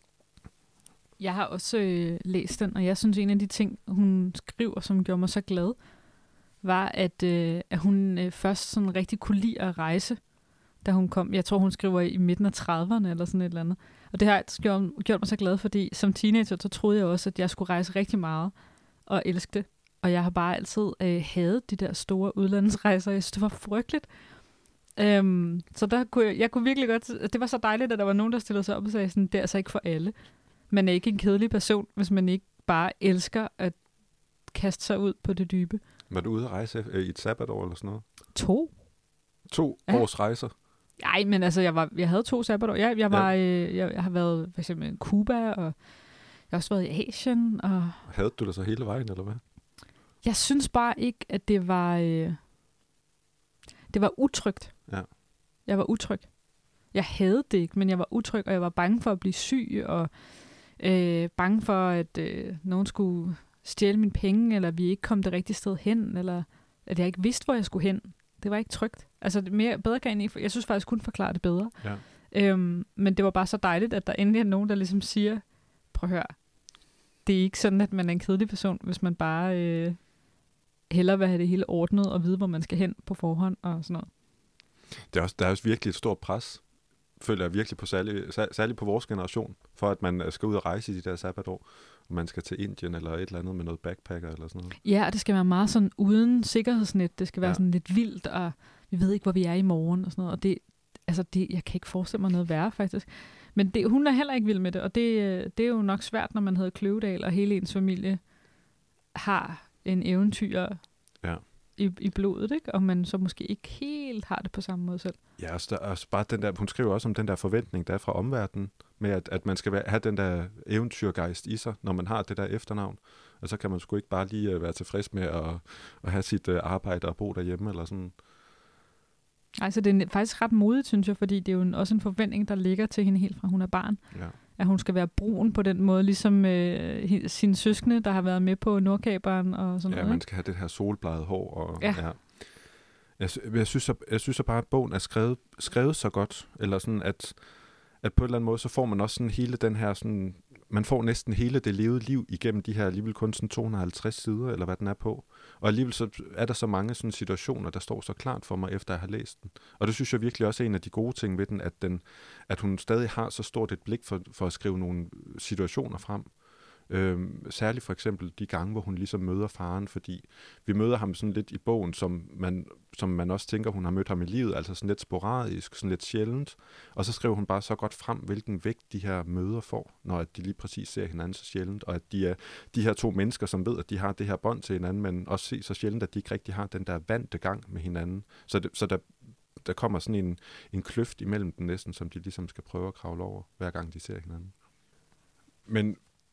Jeg har også øh, læst den, og jeg synes, en af de ting, hun skriver, som gjorde mig så glad, var, at, øh, at hun øh, først sådan rigtig kunne lide at rejse, da hun kom. Jeg tror, hun skriver i midten af trediverne eller sådan et eller andet. Og det har gjort, gjort mig så glad, fordi som teenager, så troede jeg også, at jeg skulle rejse rigtig meget og elske det. Og jeg har bare altid øh, hadet de der store udlandsrejser. Jeg synes, det var frygteligt. Øhm, så der kunne jeg, jeg kunne virkelig godt... Det var så dejligt, at der var nogen, der stillede sig op og sagde sådan, det er altså ikke for alle. Man er ikke en kedelig person, hvis man ikke bare elsker at kaste sig ud på det dybe. Var du ude at rejse i et sabbatår eller sådan noget? To. To Ja. års rejser? Nej, men altså, jeg, var, jeg havde to sabbatår. Jeg, jeg, var, ja. øh, jeg, jeg har været for eksempel i Cuba, og jeg har også været i Asien. Og havde du det så hele vejen, eller hvad? Jeg synes bare ikke, at det var... Øh, det var utrygt. Ja. Jeg var utryg. Jeg havde det ikke, men jeg var utryg, og jeg var bange for at blive syg, og øh, bange for, at øh, nogen skulle stjæle mine penge, eller vi ikke kom det rigtige sted hen, eller at jeg ikke vidste, hvor jeg skulle hen. Det var ikke trygt. Altså, det mere, bedre kan jeg ikke... Jeg synes faktisk kun forklare det bedre. Ja. Øhm, men det var bare så dejligt, at der endelig er nogen, der ligesom siger, prøv at høre, det er ikke sådan, at man er en kedelig person, hvis man bare øh, hellere vil have det hele ordnet og vide, hvor man skal hen på forhånd og sådan noget. Det er også, der er også virkelig et stort pres, føler jeg virkelig på særligt, særligt på vores generation, for at man skal ud og rejse i de der sabbatår, og man skal til Indien eller et eller andet med noget backpacker eller sådan noget. Ja, og det skal være meget sådan uden sikkerhedsnet. Det skal være Ja. sådan lidt vildt, og vi ved ikke, hvor vi er i morgen og sådan noget. Og det, altså det, jeg kan ikke forestille mig noget værre, faktisk. Men det, hun er heller ikke vild med det, og det, det er jo nok svært, når man hedder Kløvedal, og hele ens familie har en eventyr Ja. i, i blodet, ikke? Og man så måske ikke helt har det på samme måde selv. Ja, og der, og bare den der, hun skriver også om den der forventning, der er fra omverdenen, med at, at man skal være, have den der eventyrgejst i sig, når man har det der efternavn. Og så kan man sgu ikke bare lige uh, være tilfreds med at, at have sit uh, arbejde og bo derhjemme, eller sådan. Altså, det er faktisk ret modigt, synes jeg, fordi det er jo en, også en forventning, der ligger til hende helt fra hun er barn. Ja. At hun skal være brun på den måde, ligesom øh, sine søskende, der har været med på Nordkaperen og sådan Ja, noget. man Ikke? skal have det her solbladede hår. Og, Ja. ja. Jeg, sy- jeg, synes, at, jeg synes at bare, at bogen er skrevet, skrevet så godt, eller sådan, at, at på en eller anden måde, så får man også sådan hele den her, sådan, man får næsten hele det levede liv igennem de her alligevel kun sådan to hundrede og halvtreds sider, eller hvad den er på. Og alligevel så er der så mange sådan situationer, der står så klart for mig, efter jeg har læst den. Og det synes jeg virkelig også er en af de gode ting ved den, at, den, at hun stadig har så stort et blik for, for at skrive nogle situationer frem. Øhm, særligt for eksempel de gange, hvor hun ligesom møder faren, fordi vi møder ham sådan lidt i bogen, som man, som man også tænker, hun har mødt ham i livet, altså sådan lidt sporadisk, sådan lidt sjældent. Og så skriver hun bare så godt frem, hvilken vægt de her møder får, når de lige præcis ser hinanden så sjældent, og at de er de her to mennesker, som ved, at de har det her bånd til hinanden, men også se så sjældent, at de ikke rigtig har den der vante gang med hinanden. Så, det, så der, der kommer sådan en, en kløft imellem dem næsten, som de ligesom skal prøve at kravle over, hver gang de ser hinanden. Men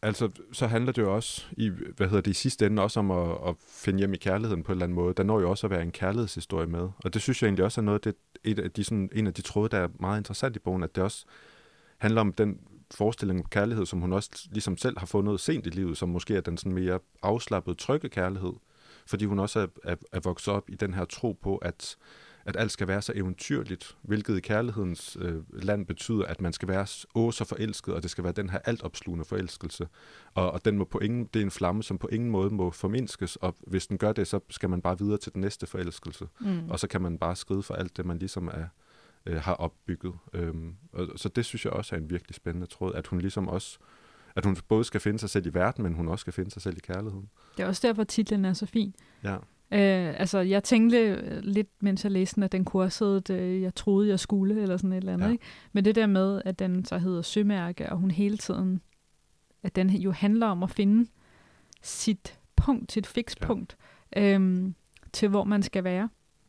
altså, så handler det jo også i, hvad hedder det, i sidste ende også om at, at finde hjem i kærligheden på en eller anden måde. Der når jo også at være en kærlighedshistorie med. Og det synes jeg egentlig også er noget, det, et af de, sådan, en af de tråde, der er meget interessant i bogen, at det også handler om den forestilling om kærlighed, som hun også ligesom selv har fundet sent i livet, som måske er den sådan mere afslappede, trygge kærlighed. Fordi hun også er, er, er vokset op i den her tro på, at at alt skal være så eventyrligt, hvilket i kærlighedens øh, land betyder, at man skal være åh så forelsket, og det skal være den her altopslugende forelskelse. Og, og den må på ingen, det er en flamme, som på ingen måde må formindskes, og hvis den gør det, så skal man bare videre til den næste forelskelse. Mm. Og så kan man bare skride for alt det, man ligesom er, øh, har opbygget. Øhm, og, så det synes jeg også er en virkelig spændende tråd, at hun ligesom også, at hun både skal finde sig selv i verden, men hun også skal finde sig selv i kærligheden. Det er også derfor, titlen er så fin. Ja. Øh, altså, jeg tænkte lidt, mens jeg læste den, at den kunne også hedde, øh, jeg troede, jeg skulle, eller sådan et eller andet. Ja. Ikke? Men det der med, at den så hedder Sømærke, og hun hele tiden, at den jo handler om at finde sit punkt, sit fikspunkt, ja. øhm, til hvor man skal være.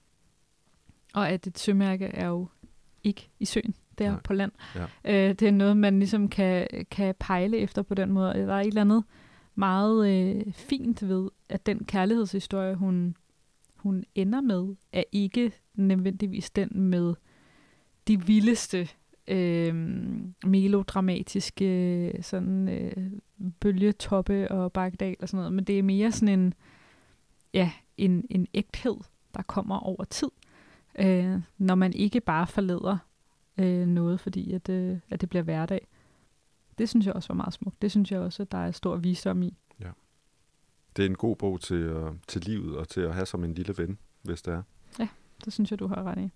Og at et sømærke er jo ikke i søen, det er Nej. på land. Ja. Øh, det er noget, man ligesom kan, kan pejle efter på den måde. Der er et eller andet meget øh, fint ved, at den kærlighedshistorie, hun, hun ender med, er ikke nødvendigvis den med de vildeste øh, melodramatiske sådan, øh, bølgetoppe og bakkedal og sådan noget, men det er mere sådan en, ja, en, en ægthed, der kommer over tid, øh, når man ikke bare forlader øh, noget, fordi at, øh, at det bliver hverdag. Det synes jeg også var meget smukt. Det synes jeg også, at der er stor visdom i. Ja. Det er en god bog til, uh, til livet og til at have som en lille ven, hvis det er. Ja, det synes jeg, du har ret i.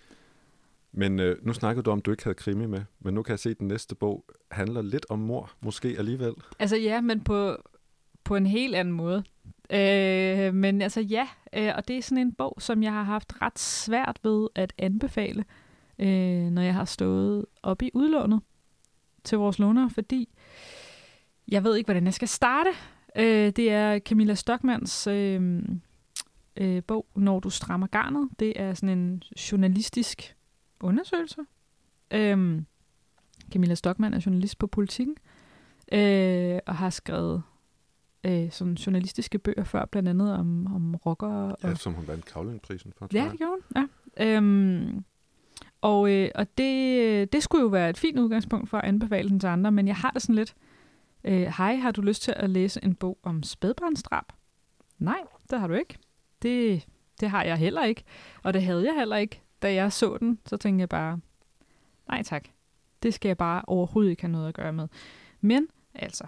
Men øh, nu snakkede du om, at du ikke havde krimi med, men nu kan jeg se, at den næste bog handler lidt om mor, måske alligevel. Altså ja, men på, på en helt anden måde. Øh, men altså ja, øh, og det er sådan en bog, som jeg har haft ret svært ved at anbefale, øh, når jeg har stået op i udlånet til vores lånere, fordi jeg ved ikke, hvordan jeg skal starte. Øh, det er Camilla Stockmanns øh, øh, bog, Når du strammer garnet. Det er sådan en journalistisk undersøgelse. Øh, Camilla Stockmann er journalist på Politiken, øh, og har skrevet øh, sådan journalistiske bøger før, blandt andet om, om rockere. Ja, og som hun vandt Kavlingprisen for. Ja, det gjorde hun. Ja. Øhm, og øh, og det, det skulle jo være et fint udgangspunkt for at anbefale den til andre, men jeg har det sådan lidt, øh, hej, har du lyst til at læse en bog om spædbarnsdrab? Nej, det har du ikke. Det, det har jeg heller ikke, og det havde jeg heller ikke. Da jeg så den, så tænkte jeg bare, nej tak, det skal jeg bare overhovedet ikke have noget at gøre med. Men altså,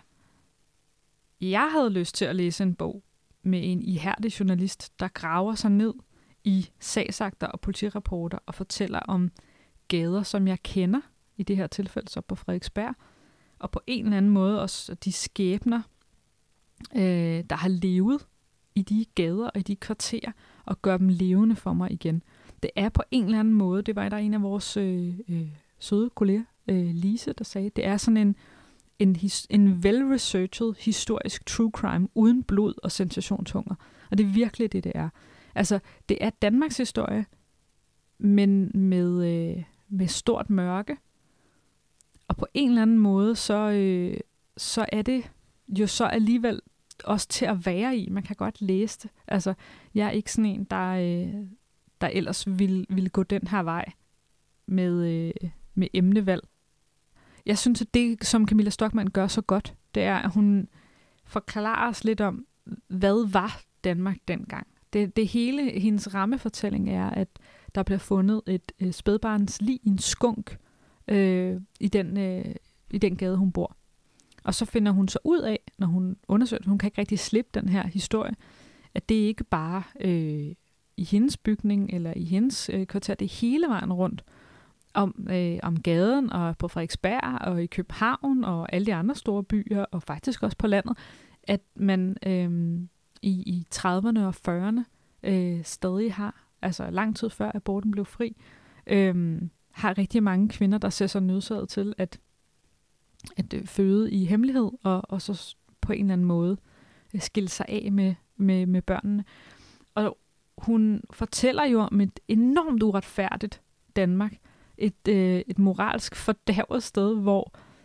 jeg havde lyst til at læse en bog med en ihærdig journalist, der graver sig ned i sagsakter og politirapporter og fortæller om gader, som jeg kender, i det her tilfælde så på Frederiksberg, og på en eller anden måde også de skæbner, øh, der har levet i de gader og i de kvarterer, og gør dem levende for mig igen. Det er på en eller anden måde, det var der en af vores øh, øh, søde kolleger, øh, Lise, der sagde, det er sådan en, en, his, en well-researched historisk true crime, uden blod og sensationshunger. Og det er virkelig det, det er. Altså, det er Danmarks historie, men med, øh, med stort mørke. Og på en eller anden måde, så, øh, så er det jo så alligevel også til at være i. Man kan godt læse det. Altså, jeg er ikke sådan en, der, øh, der ellers ville, ville gå den her vej med, øh, med emnevalg. Jeg synes, at det, som Camilla Stockmann gør så godt, det er, at hun forklarer os lidt om, hvad var Danmark dengang. Det, det hele, hendes rammefortælling er, at der bliver fundet et øh, spædbarns lig i en skunk øh, i, den, øh, i den gade, hun bor. Og så finder hun så ud af, når hun undersøger det, hun kan ikke rigtig slippe den her historie, at det ikke bare øh, i hendes bygning eller i hendes øh, kvarter, det er hele vejen rundt om, øh, om gaden og på Frederiksberg og i København og alle de andre store byer og faktisk også på landet, at man øh, i, i trediverne og fyrrerne øh, stadig har, altså lang tid før aborten blev fri, øh, har rigtig mange kvinder, der ser sig nødsaget til at, at føde i hemmelighed og, og så på en eller anden måde skille sig af med, med, med børnene. Og hun fortæller jo om et enormt uretfærdigt Danmark, et, øh, et moralsk fordærvet sted, hvor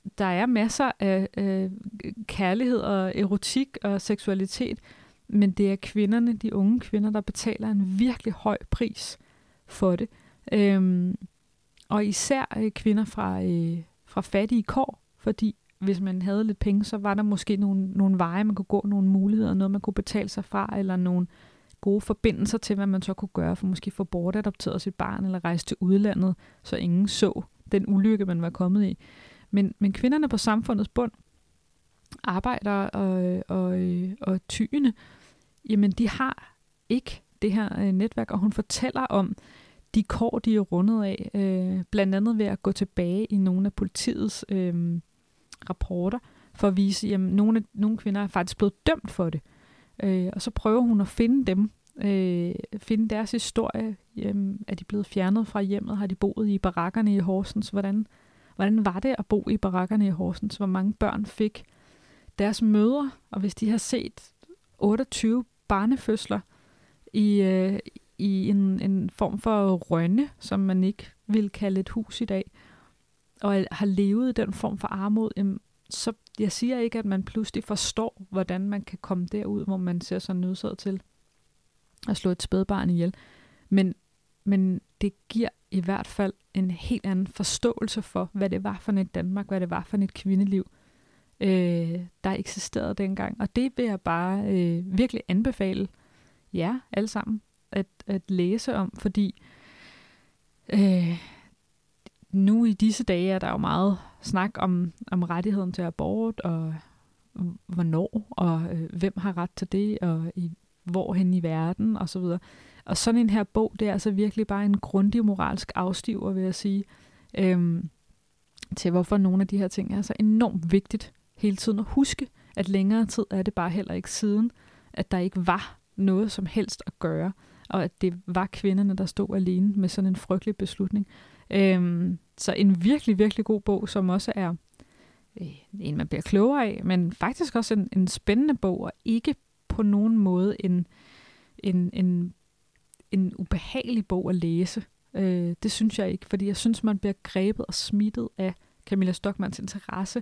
der er masser af øh, kærlighed og erotik og seksualitet, men det er kvinderne, de unge kvinder, der betaler en virkelig høj pris for det. Øhm, og især øh, kvinder fra, øh, fra fattige kår, fordi hvis man havde lidt penge, så var der måske nogle, nogle veje, man kunne gå, nogle muligheder, noget man kunne betale sig fra, eller nogle gode forbindelser til, hvad man så kunne gøre, for måske få bortadopteret sit barn, eller rejse til udlandet, så ingen så den ulykke, man var kommet i. Men, men kvinderne på samfundets bund, arbejdere og, og, og tyene, jamen de har ikke det her øh, netværk, og hun fortæller om de kår, de er rundet af, øh, blandt andet ved at gå tilbage i nogle af politiets øh, rapporter, for at vise, at nogle, nogle kvinder er faktisk blevet dømt for det. Øh, og så prøver hun at finde dem, øh, finde deres historie. Jamen, er de blevet fjernet fra hjemmet? Har de boet i barakkerne i Horsens? Hvordan, hvordan var det at bo i barakkerne i Horsens? Hvor mange børn fik deres mødre? Og hvis de har set otteogtyve barnefødsler i, øh, i en, en form for rønne, som man ikke vil kalde et hus i dag, og har levet i den form for armod, jamen, så jeg siger ikke, at man pludselig forstår, hvordan man kan komme derud, hvor man ser sig nødsaget til at slå et spædbarn ihjel. Men, men det giver i hvert fald en helt anden forståelse for, hvad det var for et Danmark, hvad det var for et kvindeliv, øh, der eksisterede dengang. Og det vil jeg bare øh, virkelig anbefale jer alle sammen at, at læse om, fordi øh, nu i disse dage er der jo meget snak om, om rettigheden til abort, og hvornår, og øh, hvem har ret til det, og i, hvorhen i verden, og så videre. Og sådan en her bog, det er altså virkelig bare en grundig moralsk afstiver, vil jeg sige, øhm, til hvorfor nogle af de her ting er så enormt vigtigt hele tiden at huske, at længere tid er det bare heller ikke siden, at der ikke var noget som helst at gøre, og at det var kvinderne, der stod alene med sådan en frygtelig beslutning. Øhm, så en virkelig, virkelig god bog, som også er øh, en, man bliver klogere af, men faktisk også en, en spændende bog, og ikke på nogen måde en, en, en, en ubehagelig bog at læse. Øh, det synes jeg ikke, fordi jeg synes, man bliver grebet og smittet af Camilla Stockmanns interesse,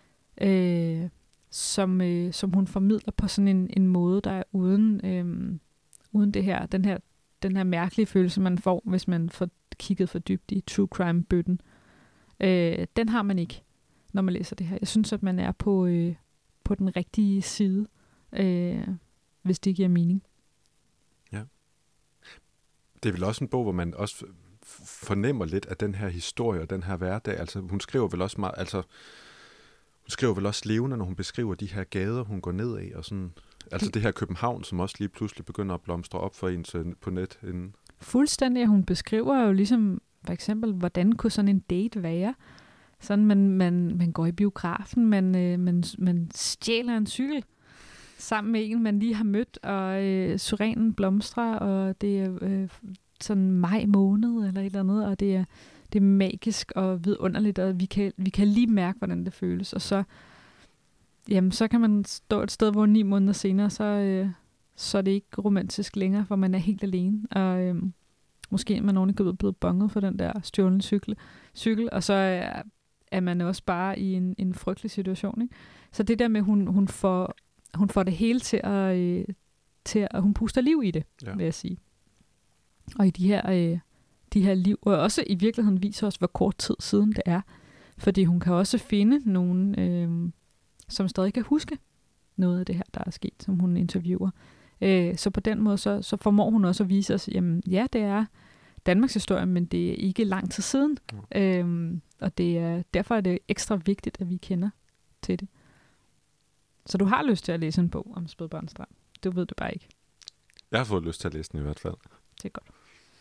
øh, som, øh, som hun formidler på sådan en, en måde, der er uden, øh, uden det her, den her, den her mærkelige følelse, man får, hvis man får kigget for dybt i true crime-bøtten. Øh, den har man ikke, når man læser det her. Jeg synes, at man er på, øh, på den rigtige side, øh, hvis det giver mening. Ja. Det er vel også en bog, hvor man også fornemmer lidt af den her historie og den her hverdag. Altså, hun skriver vel også meget, altså, hun skriver vel også levende, når hun beskriver de her gader, hun går ned af, og sådan, altså det her København, som også lige pludselig begynder at blomstre op for en på net inden. Fuldstændig. Hun beskriver jo ligesom, for eksempel, hvordan kunne sådan en date være? Sådan, man, man, man går i biografen, man, øh, man, man stjæler en cykel sammen med en, man lige har mødt, og øh, syrenen blomstrer, og det er øh, sådan maj måned, eller et eller andet, og det er, det er magisk og vidunderligt, og vi kan, vi kan lige mærke, hvordan det føles. Og så, jamen, så kan man stå et sted, hvor ni måneder senere, så, øh, så er det ikke romantisk længere, for man er helt alene, og øh, måske er man ovenikøbet blevet bonget for den der stjålne cykel, cykel og så er, er man også bare i en, en frygtelig situation. Ikke? Så det der med, hun, hun, får, hun får det hele til at, øh, til at, hun puster liv i det, ja. Vil jeg sige. Og i de her, øh, de her liv, og også i virkeligheden viser os, hvor kort tid siden det er. Fordi hun kan også finde nogen, øh, som stadig kan huske noget af det her, der er sket, som hun interviewer. Øh, så på den måde, så, så formår hun også at vise os, jamen ja, det er Danmarks historie, men det er ikke lang tid siden. Mm. Øhm, og det er, derfor er det ekstra vigtigt, at vi kender til det. Så du har lyst til at læse en bog om spædbarnsdrab. Du ved det bare ikke. Jeg har fået lyst til at læse den i hvert fald. Det er godt.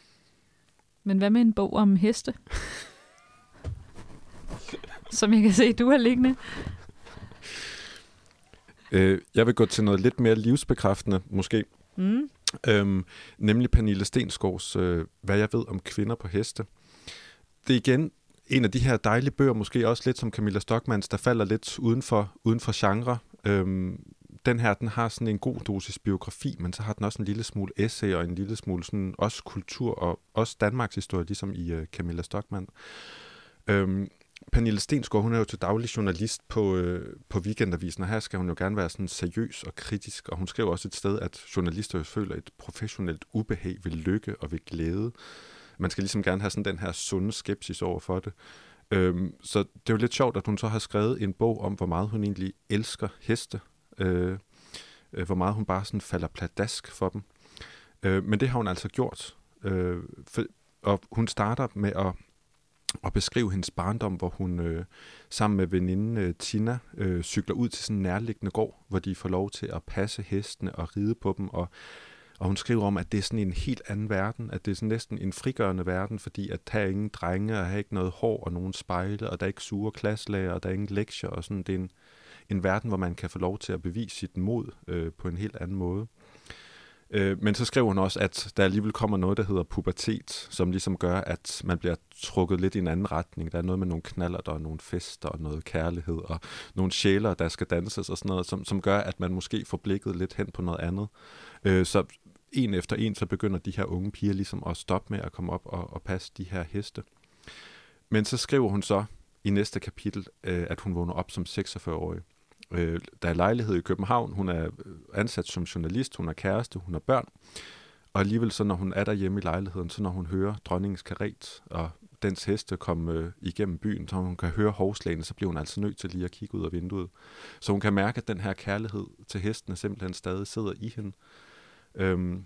Men hvad med en bog om heste? Som jeg kan se, du har liggende. Øh, jeg vil gå til noget lidt mere livsbekræftende, måske. Mm. Øhm, nemlig Pernille Stensgaards øh, Hvad jeg ved om kvinder på heste. Det er igen en af de her dejlige bøger, måske også lidt som Camilla Stockmanns, der falder lidt uden for, uden for genre. Øhm, den her, den har sådan en god dosis biografi, men så har den også en lille smule essay og en lille smule sådan også kultur og også Danmarks historie, ligesom i øh, Camilla Stockmann. Øhm, Pernille Stensgaard, hun er jo til daglig journalist på, øh, på Weekendavisen, og her skal hun jo gerne være sådan seriøs og kritisk, og hun skriver også et sted, at journalister jo føler et professionelt ubehag ved lykke og ved glæde. Man skal ligesom gerne have sådan den her sunde skepsis over for det. Øhm, så det er jo lidt sjovt, at hun så har skrevet en bog om, hvor meget hun egentlig elsker heste, øh, øh, hvor meget hun bare sådan falder pladask for dem. Øh, men det har hun altså gjort, øh, for, og hun starter med at og beskrive hendes barndom, hvor hun øh, sammen med veninden øh, Tina øh, cykler ud til sådan en nærliggende gård, hvor de får lov til at passe hestene og ride på dem. Og, og hun skriver om, at det er sådan en helt anden verden, at det er sådan næsten en frigørende verden, fordi at der er ingen drenge, og har ikke noget hår og nogen spejle, og der er ikke sure klasselærer, og der er ingen lektier. Og sådan. Det er en, en verden, hvor man kan få lov til at bevise sit mod øh, på en helt anden måde. Men så skriver hun også, at der alligevel kommer noget, der hedder pubertet, som ligesom gør, at man bliver trukket lidt i en anden retning. Der er noget med nogle knaller, der er nogle fester og noget kærlighed og nogle sjæler, der skal danses og sådan noget, som, som gør, at man måske får blikket lidt hen på noget andet. Så en efter en, så begynder de her unge piger ligesom at stoppe med at komme op og, og passe de her heste. Men så skriver hun så i næste kapitel, at hun vågner op som seksogfyrre-årig. Øh, der er lejlighed i København, hun er ansat som journalist, hun er kæreste, hun har børn, og alligevel så når hun er derhjemme i lejligheden, så når hun hører dronningens karet og dens heste komme øh, igennem byen, så hun kan høre hovslagene, så bliver hun altså nødt til lige at kigge ud af vinduet. Så hun kan mærke, at den her kærlighed til hestene simpelthen stadig sidder i hende. Øhm,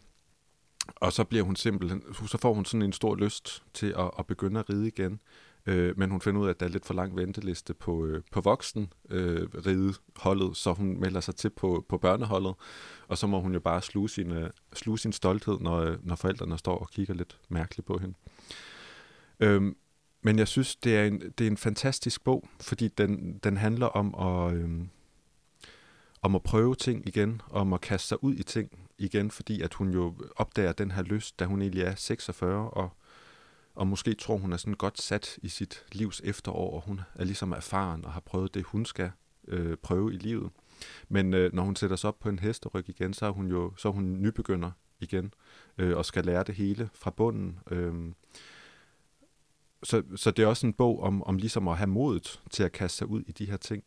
og så bliver hun simpelthen, så får hun sådan en stor lyst til at, at begynde at ride igen. Øh, men hun finder ud af, at der er lidt for lang venteliste på, øh, på voksen øh, rideholdet, så hun melder sig til på, på børneholdet, og så må hun jo bare sluge sin, øh, sluge sin stolthed, når, når forældrene står og kigger lidt mærkeligt på hende. Øh, men jeg synes, det er en, det er en fantastisk bog, fordi den, den handler om at, øh, om at prøve ting igen, om at kaste sig ud i ting igen, fordi at hun jo opdager den her lyst, da hun egentlig er seksogfyrre, og Og måske tror hun er sådan godt sat i sit livs efterår, og hun er ligesom erfaren og har prøvet det, hun skal øh, prøve i livet. Men øh, når hun sætter sig op på en hesteryg igen, så er hun jo så er hun nybegynder igen øh, og skal lære det hele fra bunden. Øh, så, så det er også en bog om, om ligesom at have modet til at kaste sig ud i de her ting.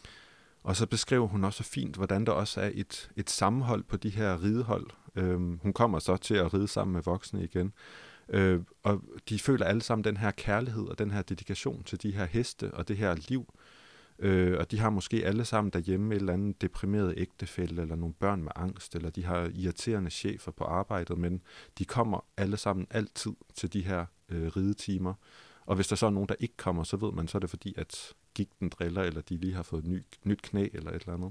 Og så beskriver hun også fint, hvordan der også er et, et sammenhold på de her ridehold. Øh, hun kommer så til at ride sammen med voksne igen. Øh, og de føler alle sammen den her kærlighed og den her dedikation til de her heste og det her liv. Øh, og de har måske alle sammen derhjemme et eller andet deprimeret ægtefælle, eller nogle børn med angst, eller de har irriterende chefer på arbejdet, men de kommer alle sammen altid til de her øh, ridetimer. Og hvis der så er nogen, der ikke kommer, så ved man, så er det fordi, at gigten driller, eller de lige har fået ny, nyt knæ, eller et eller andet.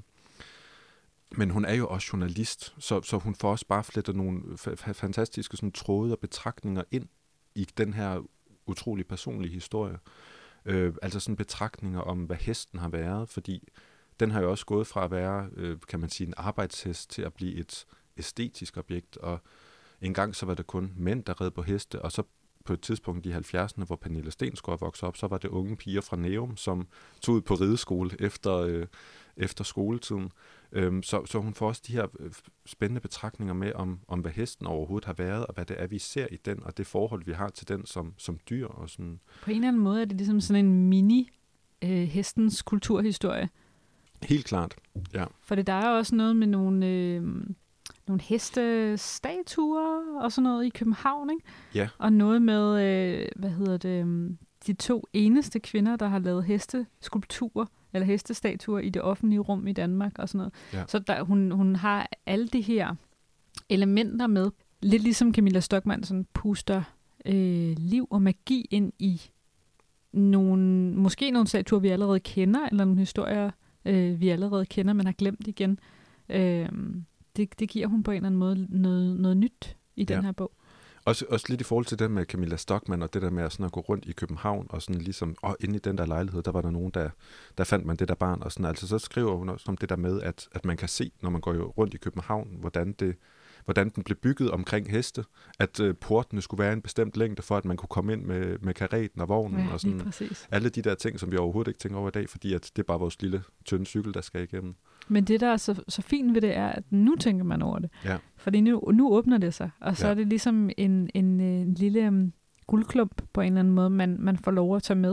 Men hun er jo også journalist, så, så hun får også bare flettet nogle f- fantastiske sådan, tråde og betragtninger ind i den her utrolig personlige historie. Øh, altså sådan betragtninger om, hvad hesten har været, fordi den har jo også gået fra at være, øh, kan man sige, en arbejdshest til at blive et æstetisk objekt, og engang så var det kun mænd, der red på heste, og så på et tidspunkt i halvfjerdserne, hvor Pernille Stensgaard voksede op, så var det unge piger fra Nærum, som tog ud på rideskole efter, øh, efter skoletiden. Øhm, så, så hun får også de her spændende betragtninger med, om, om hvad hesten overhovedet har været, og hvad det er, vi ser i den, og det forhold, vi har til den som, som dyr. Og sådan. På en eller anden måde er det ligesom sådan en mini-hestens øh, kulturhistorie. Helt klart, ja. For det der er også noget med nogle... Øh, nogle hestestatuer og sådan noget i København, ikke? Ja. Og noget med, øh, hvad hedder det, de to eneste kvinder, der har lavet hesteskulpturer, eller hestestatuer i det offentlige rum i Danmark og sådan noget. Ja. Så der, hun, hun har alle de her elementer med, lidt ligesom Camilla Stockmann, sådan puster øh, liv og magi ind i nogle, måske nogle statuer, vi allerede kender, eller nogle historier, øh, vi allerede kender, men har glemt igen. Øh, Det, det giver hun på en eller anden måde noget, noget nyt i den ja. her bog. Også, også lidt i forhold til det med Camilla Stockmann, og det der med at, sådan at gå rundt i København, og sådan ligesom, og inde i den der lejlighed, der var der nogen, der, der fandt man det der barn, og sådan, altså så skriver hun også om det der med, at, at man kan se, når man går rundt i København, hvordan det, hvordan den blev bygget omkring heste, at øh, portene skulle være en bestemt længde, for at man kunne komme ind med, med kareten og vognen, ja, og sådan alle de der ting, som vi overhovedet ikke tænker over i dag, fordi at det er bare vores lille, tynde cykel, der skal igennem. Men det, der er så, så fint ved det, er, at nu tænker man over det. Ja. Fordi nu, nu åbner det sig, og så ja. er det ligesom en, en, en lille um, guldklump på en eller anden måde, man, man får lov at tage med.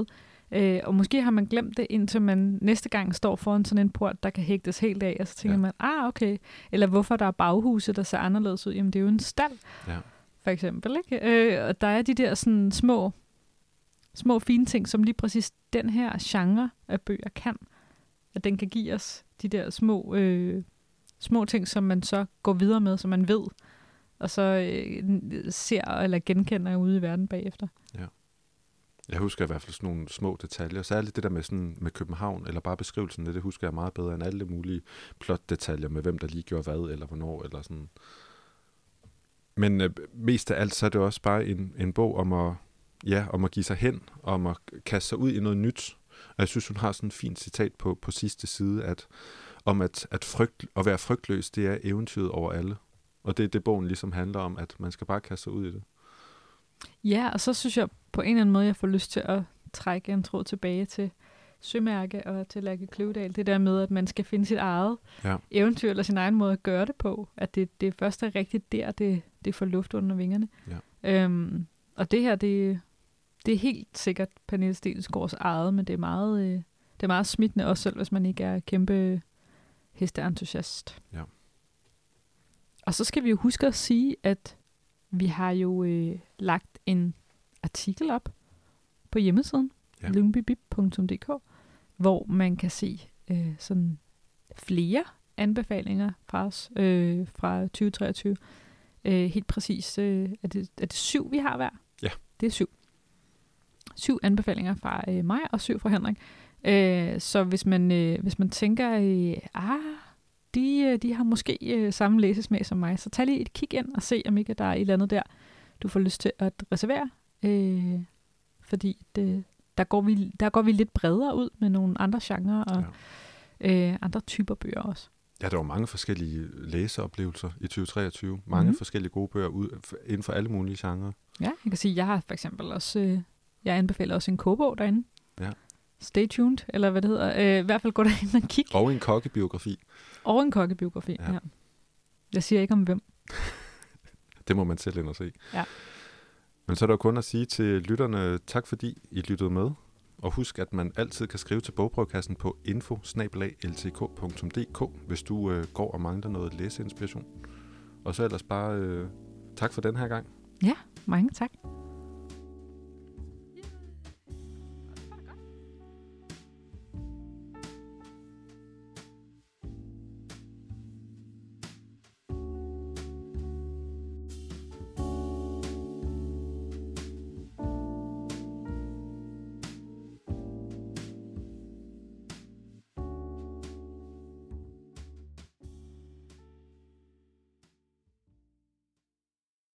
Øh, og måske har man glemt det, indtil man næste gang står foran sådan en port, der kan hægtes helt af, og så tænker ja. man, ah, okay. Eller hvorfor der er baghuse, der ser anderledes ud. Jamen, det er jo en stald, ja. for eksempel. Ikke? Øh, og der er de der sådan små, små fine ting, som lige præcis den her genre af bøger kan. At den kan give os de der små, øh, små ting, som man så går videre med, som man ved, og så øh, ser eller genkender ude i verden bagefter. Ja. Jeg husker i hvert fald sådan nogle små detaljer, særligt det der med, sådan, med København, eller bare beskrivelsen af det, husker jeg meget bedre end alle mulige plot-detaljer med, hvem der lige gjorde hvad, eller hvornår, eller sådan. Men øh, mest af alt, så er det også bare en, en bog om at, ja, om at give sig hen, om at kaste sig ud i noget nyt. Og jeg synes, hun har sådan et fint citat på, på sidste side, at, om at, at, frygt, at være frygtløs, det er eventyret over alle. Og det er det, bogen ligesom handler om, at man skal bare kaste sig ud i det. Ja, og så synes jeg på en eller anden måde, jeg får lyst til at trække en tråd tilbage til Sømærke og til Lærke Kløvedal. Det der med, at man skal finde sit eget ja. eventyr eller sin egen måde at gøre det på. At det, det først er rigtigt der, det, det får luft under vingerne. Ja. Øhm, og det her, det, det er helt sikkert Pernille Stensgaards eget, men det er meget, øh, det er meget smittende også selv, hvis man ikke er kæmpe hesteentusiast. Ja. Og så skal vi jo huske at sige, at vi har jo øh, lagt en artikel op på hjemmesiden, ja. lyngbybib punktum d k, hvor man kan se øh, sådan flere anbefalinger fra os øh, fra tyve treogtyve. Øh, helt præcis, øh, er, det, er det syv, vi har hver? Ja. Det er syv. Syv anbefalinger fra øh, mig og syv fra Henrik. Øh, så hvis man, øh, hvis man tænker, øh, ah, de, de har måske øh, samme læsesmag som mig, så tag lige et kig ind og se, om ikke der er et eller andet der, du får lyst til at reservere. Øh, fordi det, der, går vi, der går vi lidt bredere ud med nogle andre genrer og ja. øh, andre typer bøger også. Ja, der var mange forskellige læseoplevelser i tyve treogtyve. Mange mm-hmm. forskellige gode bøger ud, inden for alle mulige genrer. Ja, jeg kan sige, jeg har for eksempel også, øh, jeg anbefaler også en kogebog derinde. Ja. Stay tuned, eller hvad det hedder. Øh, I hvert fald gå derinde og kig. Og en kokkebiografi. Og en kokkebiografi, ja. ja. Jeg siger ikke om hvem. Det må man selv ind og se. Ja. Men så er der kun at sige til lytterne, tak fordi I lyttede med. Og husk, at man altid kan skrive til bogbrevkassen på info bindestreg l t k punktum d k, hvis du øh, går og mangler noget læseinspiration. Og så ellers bare øh, tak for den her gang. Ja, mange tak.